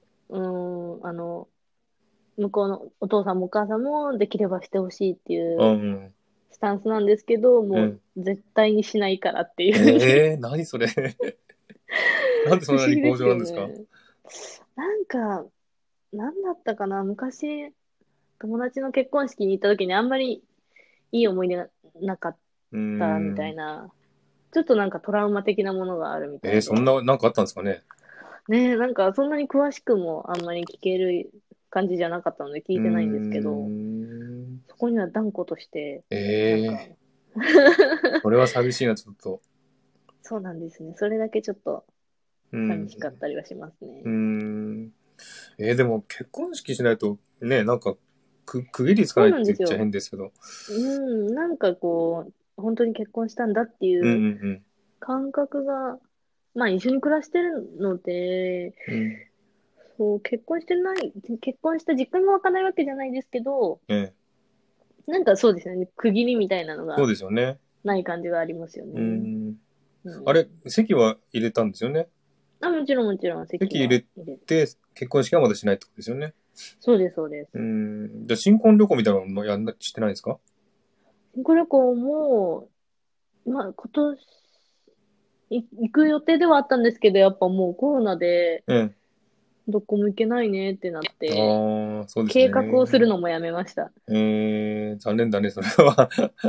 向こうのお父さんもお母さんもできればしてほしいっていううん。 スタンスなんですけど、もううん。 絶対にしないからっていうふうにええ、何それ。なんでそんなに強不思議です情なんですか？ よね。なんか、なんだったかな、昔、友達の結婚式に行った時にあんまりいい思い出がなかっうーたみたん。 いな、ちょっとなんかトラウマ的なものがあるみたいで。 そんな、なんかあったんですかね。 ねえ、なんかそんなに詳しくもあんまり聞ける感じじゃなかったので聞うーいてないんですけど、 ん。 そこには断固として、なんかええ、それは寂しいな、ちょっと。 そうなんですね。それだけちょっとうん。 寂しかったりはしますうーね。 ん。でも結婚式しないと、ね、なんか、区切りつかそうないって言っちゃなんですよ。 変ですけど。 なんかこう、本当に結婚したんだってうんいううん感覚が、まあ一緒に暮らしてるので、 うん。うん。 そう、結婚した実感が湧かないわけじゃないですけど、 ええ、 なんかそうですよね。区切りみたいなのそうがですよね。 ない感じがありますようーね。 ん。 うん。 あれ、籍は入れたんですよね。 あ、もちろんもちろん席籍入れは入れる。 て、結婚式はまだしないってことですよね。 そうです、そうです。 うーん。じゃあ、新婚旅行みたいなのもしてないですか？ 新婚旅行も、まあ今年、行く予定ではあったんですけど、やっぱもうコロナでええ。 どこも行けないねってなって、 ああ、そうです計画をするね。 のもやめました。 残念だね、それは。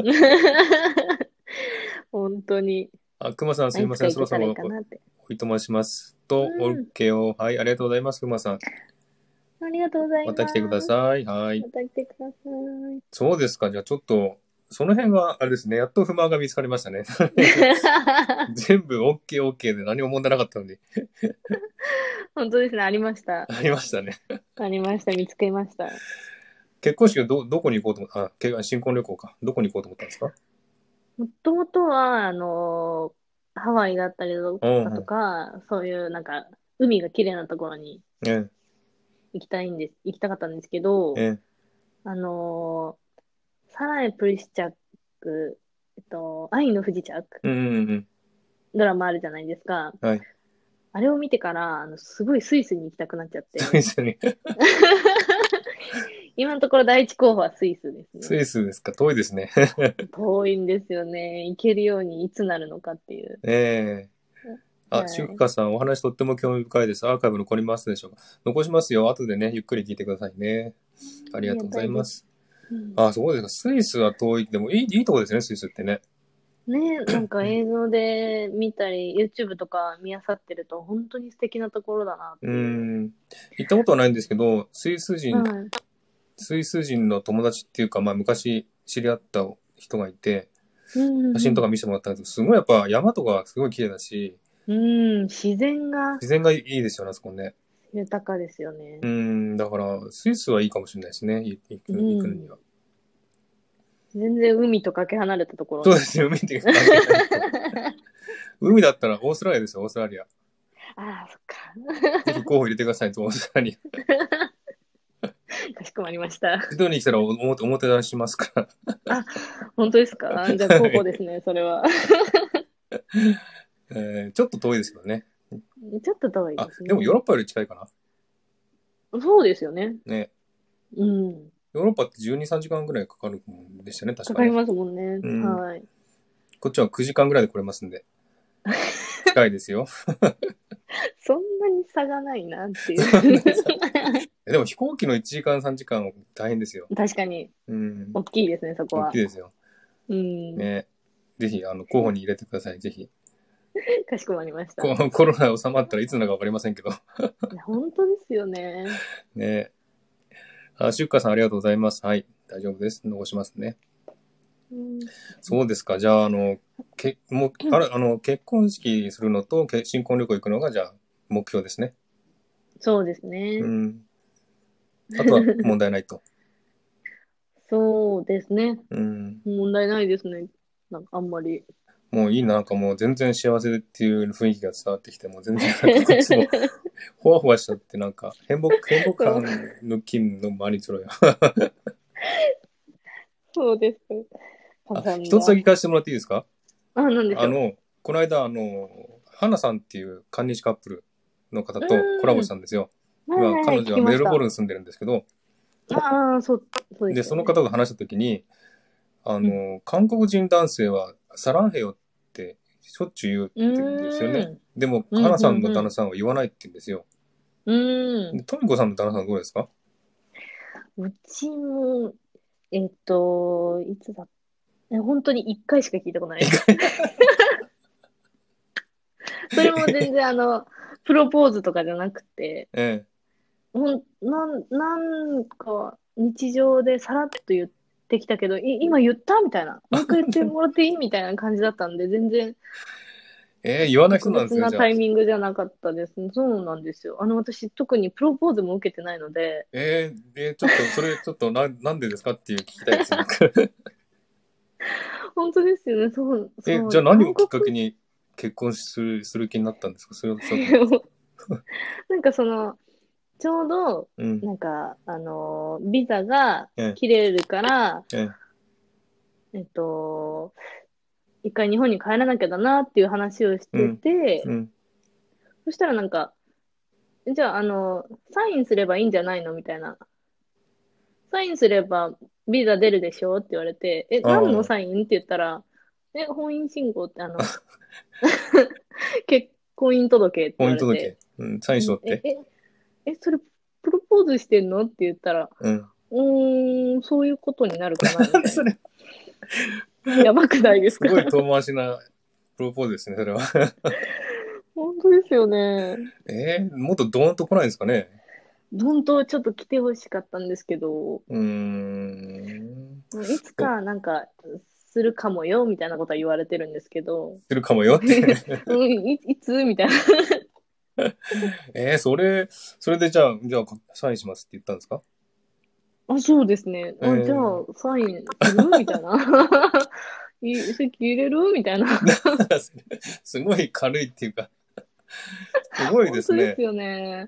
本当に。 熊さんすいいません。 つか行けたらいいそろそろかなって。 おいとまします。 うオッん。 ケーを。はい、ありがとうございます、熊さん。 ありがとうございままた来てくだす。 さい。はい。 また来てください。 そうですか。じゃあちょっと、その辺は、あれですね。やっと不満が見つかりましたね。全部 OK で何も問題なかったのに。 本当ですね。ありました。 ありましたね。 ありました。見つけました。 結婚式はどこに行こうと思った、新婚旅行か。どこに行こうと思ったんですか？ もともとは、ハワイだったりだとうんうん。 か、そういうなんか、海が綺麗なところにえ行きたかったんですけど、 え、 あのサラエ・プリシチャック、愛の不時着うんうんうん。 ドラマあるじゃないですか。 はい。 あれを見てから、すごいスイスに行きたくなっちゃっそうて。 ですよね。 今のところ第一候補はスイスですね。 スイスですか。遠いですね。 遠いんですよね。行けるようにいつなるのかっていう。 ええ。あ、シュクはい。 カさん、お話とっても興味深いです。アーカイブ残りますでしょうか？残しますよ。後でね、ゆっくり聞いてくださいね。あありりがとうござがたいです。 います。 うん、 あ、そうですか。スイスは遠い。でもいいとこですね、スイスってね。 ね、なんか映像で見たり、YouTube とか見漁ってると、本当に素敵なところだなっうーていう。 ん。行ったことはないんですけど、 はい。 スイス人の友達っていうか、まあ昔知り合った人がいて、写真とうんか見せてもらったんですけど、すごいやっぱ山とかすごい綺麗だし、 うん。自然が自然がいいですよね、あそこね。 豊かですよね。 だから、スイスはいいかもしれないですね。 う行くのにん。 は。 全然海とかけ離れたところに。 そうですね、海って関係ないと。海だったらオーストラリアですよ、オーストラリア。 ああ、そっか。 ぜひ候補入れてください、オーストラリア。 かしこまりました。 一度に来たらおもてなししますから。 あ、本当ですか？じゃあ候補ですね、それは。 ちょっと遠いですけどね。 ちょっと遠いあ、 ですでもヨーロね。 ッパより近いかな。 そうですよね。 ね。 うん。 ヨーロッパって12、3時間ぐらいかかるんでしたね、確かね。 かかりますもんね。 うん。 はい。 こっちは9時間ぐらいで来れますんで。近いですよ。 そんなに差がないなっていう。 でも飛行機の1時間3時間大変ですよ。 確かに、 うん。 大きいですね、そこは。 大きいですよ。ね。ぜひ、候補に入れてください。ぜひ。 かしこまりました。 コロナ収まったらいつなのかわかりませんけど。 本当ですよね。 ね。シュッカさんありがとうございます。はい。大丈夫です。残しますね。そうですか。じゃあ、結婚式するのと新婚旅行行くのが、じゃあ、目標ですね。 そうですね。 あとは問題ないと。 そうですね。問題ないですね。なんかあんまり。 もういいな、なんかもう全然幸せっていう雰囲気が伝わってきて、もう全然なんかこっちも、ほわほわしちゃって、なんか、変木感の金のマニツロよ。 そうです。 一つだけ聞かせてもらっていいですか？ なんでしょう。 この間、花さんっていう韓日カップルの方とコラボしたんですよ。今、彼女はメルボルンに住んでるんですけど、 そうですね。 で、その方と話したときに、韓国人男性はサランヘヨってしょっちゅう言うって言うんですよね。でも、花さんの旦那さんは言わないって言うんですよ。で、トミコさんの旦那さんはどうですか？ うちも、いつだ本当に1回しか聞いたことないです。それも全然プロポーズとかじゃなくて、なんか日常でさらっと言ってきたけど、今言ったみたいな。もう一回言ってもらっていいみたいな感じだったんで、全然。 言わない人なんですね、 特別なタイミングじゃなかったです。そうなんですよ。私、特にプロポーズも受けてないので。 ちょっと、それ、ちょっとなんでですかっていう聞きたいです。 本当ですよね。そう。 じゃあ何をきっかけに結婚する気になったんですか？それをなんかちょうど、なんか、ビザが切れるから、一回日本に帰らなきゃだなっていう話をしてて、そしたらなんか、じゃあ、サインすればいいんじゃないのみたいな。サインすればビザ出るでしょって言われて、何のサインって言ったら、婚姻信号って結婚姻届って言われて。 婚姻届。サインしろって。 それ、プロポーズしてんのって言ったら、そういうことになるかなみたいな。やばくないですか？ すごい遠回しなプロポーズですね、それは。 本当ですよね。 もっとドーンと来ないんですかね？ 本当ちょっと来てほしかったんですけど、いつかなんか、するかもよ、みたいなことは言われてるんですけど。 するかもよって。 いつみたいな。それでじゃあ、サインしますって言ったんですか？ そうですね。じゃあ、サインするみたいな。席入れるみたいな。 すごい軽いっていうか、すごいですね。 本当ですよね。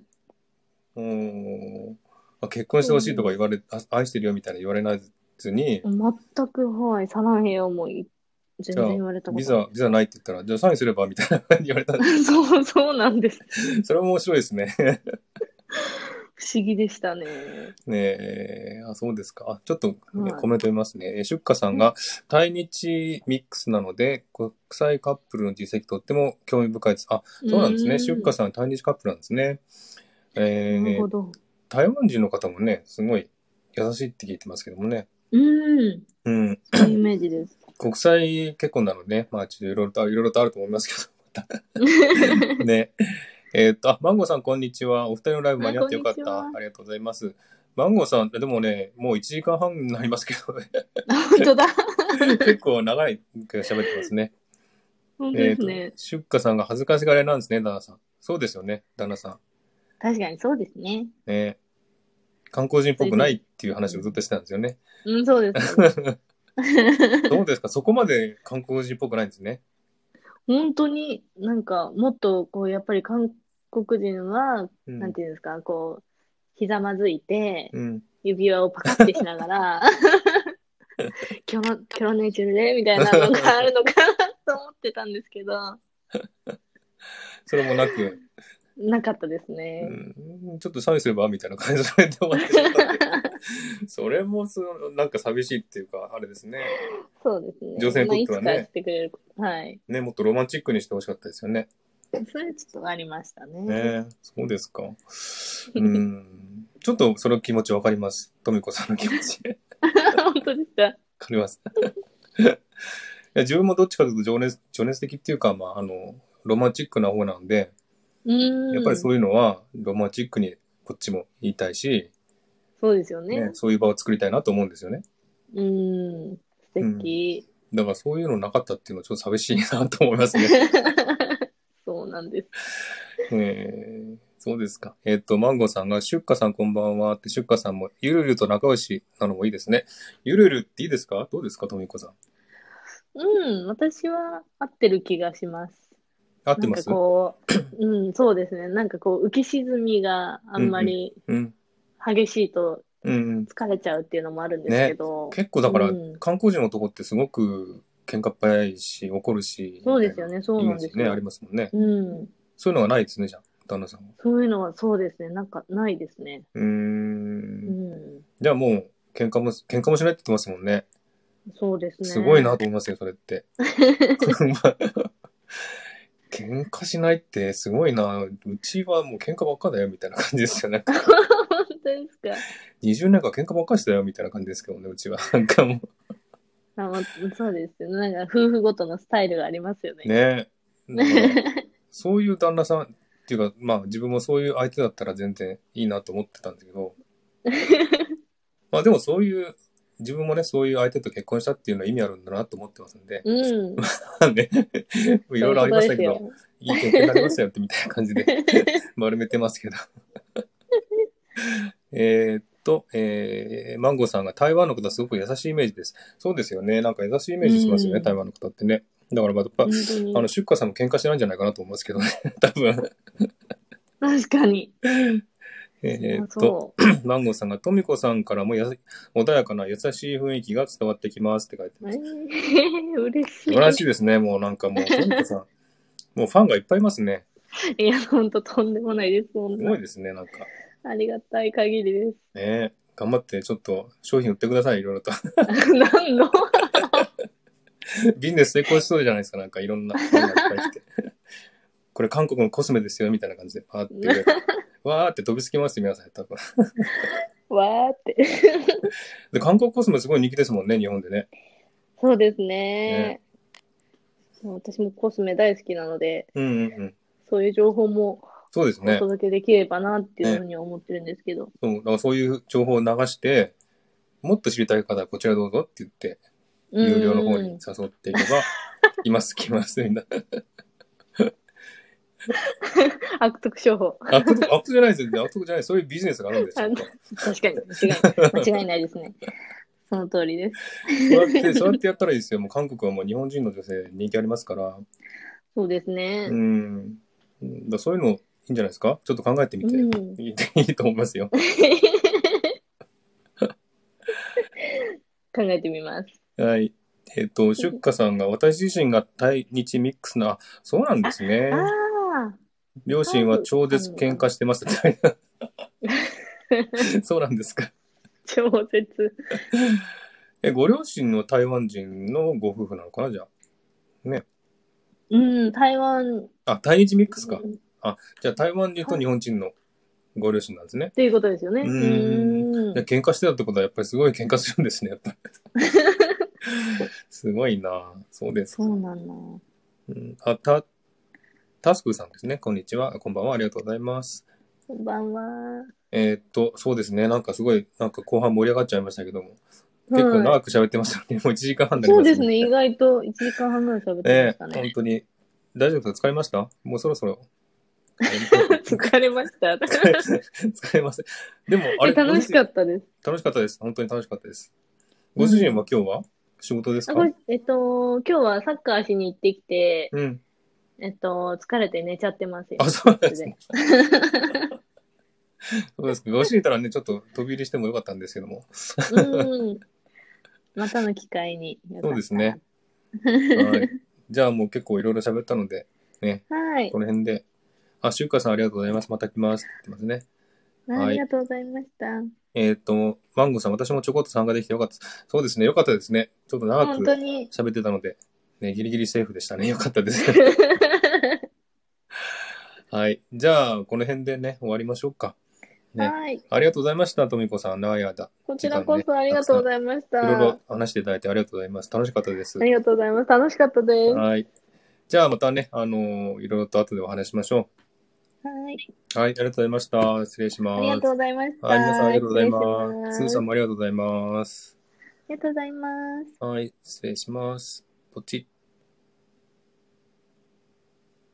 結婚してほしいとか言われ、愛してるよみたいな言われずに。 全く、はい、サランヘヨも全然言われたことない。 ビザないって言ったら、じゃあサインすればみたいな言われたんですそうなんです。 それは面白いですね。 不思議でしたね。 そうですか。ちょっと、コメント見ますね。シュッカさんが、対日ミックスなので、国際カップルの実績とっても興味深いです。そうなんですね。シュッカさん対日カップルなんですね。 なるほど。 台湾人の方もね、すごい優しいって聞いてますけどもね。 そういうイメージです。 国際結婚なので、ちょっといろいろとあると思いますけど。ね。マンゴーさん、こんにちは。お二人のライブ間に合ってよかった。ありがとうございます。マンゴーさん、でもね、もう1時間半になりますけどね。 本当だ。 結構長い喋ってますね。 本当ですね。 シュッカさんが恥ずかしがりなんですね、旦那さん。そうですよね、旦那さん。 確かにそうですね。 観光人っぽくないっていう話をずっとしてたんですよね。 そうです。 どうですか？そこまで観光人っぽくないんですね。 本当になんか、もっと、やっぱり韓国人は、なんていうんですか、ひざまずいて、指輪をパカッてしながら、今日のね、中で、みたいなのがあるのかなと思ってたんですけど。 それもなく。 なかったですね。 ちょっとサインすればみたいな感じで終わってしまったんで。 それもなんか寂しいっていうか、あれですね。 そうですね。 女性にとってはねまあ、いつかしてくれる。はい。 ね、もっとロマンチックにしてほしかったですよね。 それちょっとありましたね。 ね、そうですか。ちょっとその気持ちわかります。とみこさんの気持ち。わ本当ですか？ かります。いや自分もどっちかというと情熱的っていうか、まあ、ロマンチックな方なんで、 うーん。 やっぱりそういうのはロマンチックにこっちも言いたいし、 そうですよね、 ね。 そういう場を作りたいなと思うんですよね。 うーん。素うん。 敵。 だからそういうのなかったっていうのはちょっと寂しいなと思いますね。 そうなんです。 そうですか。マンゴーさんが、シュッカさんこんばんはって、シュッカさんも、ゆるゆると仲良しなのもいいですね。ゆるゆるっていいですか？どうですかとみこさん。 うん、私は合ってる気がします。なんか合ってます？ こう、うん、そうですね。なんかこう、浮き沈みがあうんんまりうん。うん。 激しいとうんうん。 疲れちゃうっていうのもあるんですけね。 ど、 結構だから、 うん、 観光地のとこってすごく喧嘩っ早いし、怒るし、みたいなそうですよね。そうイメージね、あなんですよ。 りますもんね。 うん。 そういうのがないですね、じゃあ、旦那さんは。 そういうのはそうですね。なんかないですね。 うーん。 うん。 じゃあもう、喧嘩もしないって言ってますもんね。 そうですすごいなね。 と思いますよ、それって。喧嘩しないってすごいな。うちはもう喧嘩ばっかだよ、みたいな感じですよ。なんか、 本当ですか？ 20年間喧嘩ばっかりしたよ、みたいな感じですけどね、うちは。なんかもあ、ま、そうですよね。なんか夫婦ごとのスタイルがありますよう、 ね。 ね。だから、そういう旦那さんっていうか、まあ自分もそういう相手だったら全然いいなと思ってたんだけど、まあでもそういう、自分もね、そういう相手と結婚したっていうのは意味あるんだなと思ってますんで、 うん。 まあね、いろいろあそういうこりましたけど、 とですよ。 いい経験になりましたよってみたいな感じで丸めてますけど。マンゴーさんが台湾の方はすごく優しいイメージです。そうですよね。なんか優しいイメうージしますよね、台ん。 湾の方ってね。だからまあ、やっぱ、 本当に。 シュッカさんも喧嘩してないんじゃないかなと思いますけどね。多分。 確かに。あ、 えーっと、 そマンゴーさんが、トミコさんからも穏やかな優しい雰囲気が伝わってきますって書いてう。 ます。 嬉し素晴らしいい。 ですね。もうなんかもう、トミコさん、もうファンがいっぱいいますね。 いや、本当とんでもないです、そんな。 すごいですね、なんか。 ありがたい限りです。 ね頑張ってちょっと商品売ってください、いろいろと。 何の？ ビジネス成功しそうじゃないですか、なんかいろんなファンがいっぱい来て。これ韓国のコスメですよ、みたいな感じで、パーって売れば。わーって飛びつきますよ、皆さん、多分。 わーって。 で、韓国コスメすごい人気ですもんね、日本でね。 そうですね。 ね。私もコスメ大好きなので、 うんうんうん。 そういう情報もおそうですね。 届けできればなっていうふうね。 には思ってるんですけど。 そう、だからそういう情報を流して、もっと知りたい方はこちらどうぞって言って、 う有料の方にーん。 誘っていけば、来ます、みんな。 悪徳商法。 悪徳じゃないですよ。悪徳じゃない。そういうビジネスがあるんです、ちゃんと。 確かに、間違いないですね。その通りです。 そうやってやったらいいですよ。もう韓国はもう日本人の女性人気ありますから。 そうですね。 そういうのいいんじゃないですか？ちょっと考えてみうて。 ん。 いいと思いますよ。 考えてみます。 はい。シュッカさんが、私自身が対日ミックスな、そうなんであ、 すね。 あ両あ、ハー親はフあ超絶るのかな。 喧嘩してます。そうなんですか。 超絶。 ご両親の台湾人のご夫婦なのかな、じゃあ。ね。 うん、台湾、 あ、対日ミックスか。 うん、 あ、じゃあ台湾人と日っ本人のご両親なんですね。 ていうことですよね。うで、 ーん。 喧嘩してたってことはやっぱりすごい喧嘩するんですね、やっぱり。すごいなそうですか。 そうなんだ。 うん、タスクさんですね。こんにちは。こんばんは。ありがとうございます。 こんばんは。 そうですね。なんかすごい、なんか後半盛り上がっちゃいましたけども。結構はい。 長く喋ってますよね。もう1時間半になりますね。 そうですね。意外と1時間半ぐらい喋ってましたね。 本当に。大丈夫ですか？疲れました？もうそろそろ帰りましょうか。 疲れました。 疲れません。でも、あれ、ご楽しか主人、 ったです。 楽しかったです。本当に楽しかったです。ご主人はうん。 今日は仕事ですあ、こか？ れ、今日はサッカーしに行ってきて、 うん。 疲れて寝ちゃってます、 あ、 今、 そ個室で。 うですね。そうですか。ご主人いたらね、ちょっと飛び入りしてもよかったんですけども。 うん。またの機会によそうかった。 ですね。はい。じゃあもう結構いろいろ喋ったので、ね、 はい。 この辺で。あ、しゅうかさんありがとうございます。また来ますって言ってますね。 ありはい。 がとうございました。 マンゴーさん、私もちょこっと参加できてよかった。そうですね、よかったですね。ちょっと長本く当に。 喋ってたので、ね、ギリギリセーフでしたね。よかったです。はい。じゃあ、この辺でね、終わりましょうか。ね。 はい。 ありがとうございました、とみこさん。長い間、 こち時間ね、 らこそありがとうごたくさん、 ざいましいろいろた。 話していただいてありがとうございます。楽しかったです。 ありがとうございます。楽しかったです。 はい。じゃあ、またね、いろいろと後でお話ししましょはい。 う。はい。ありがとうございました。失礼しありがとうます。 ございましはい。皆さんありた。 がとうござい失礼します。スーます。 さんもありがとうございます。 ありがとうございます。 はい。失礼します。ポチッ。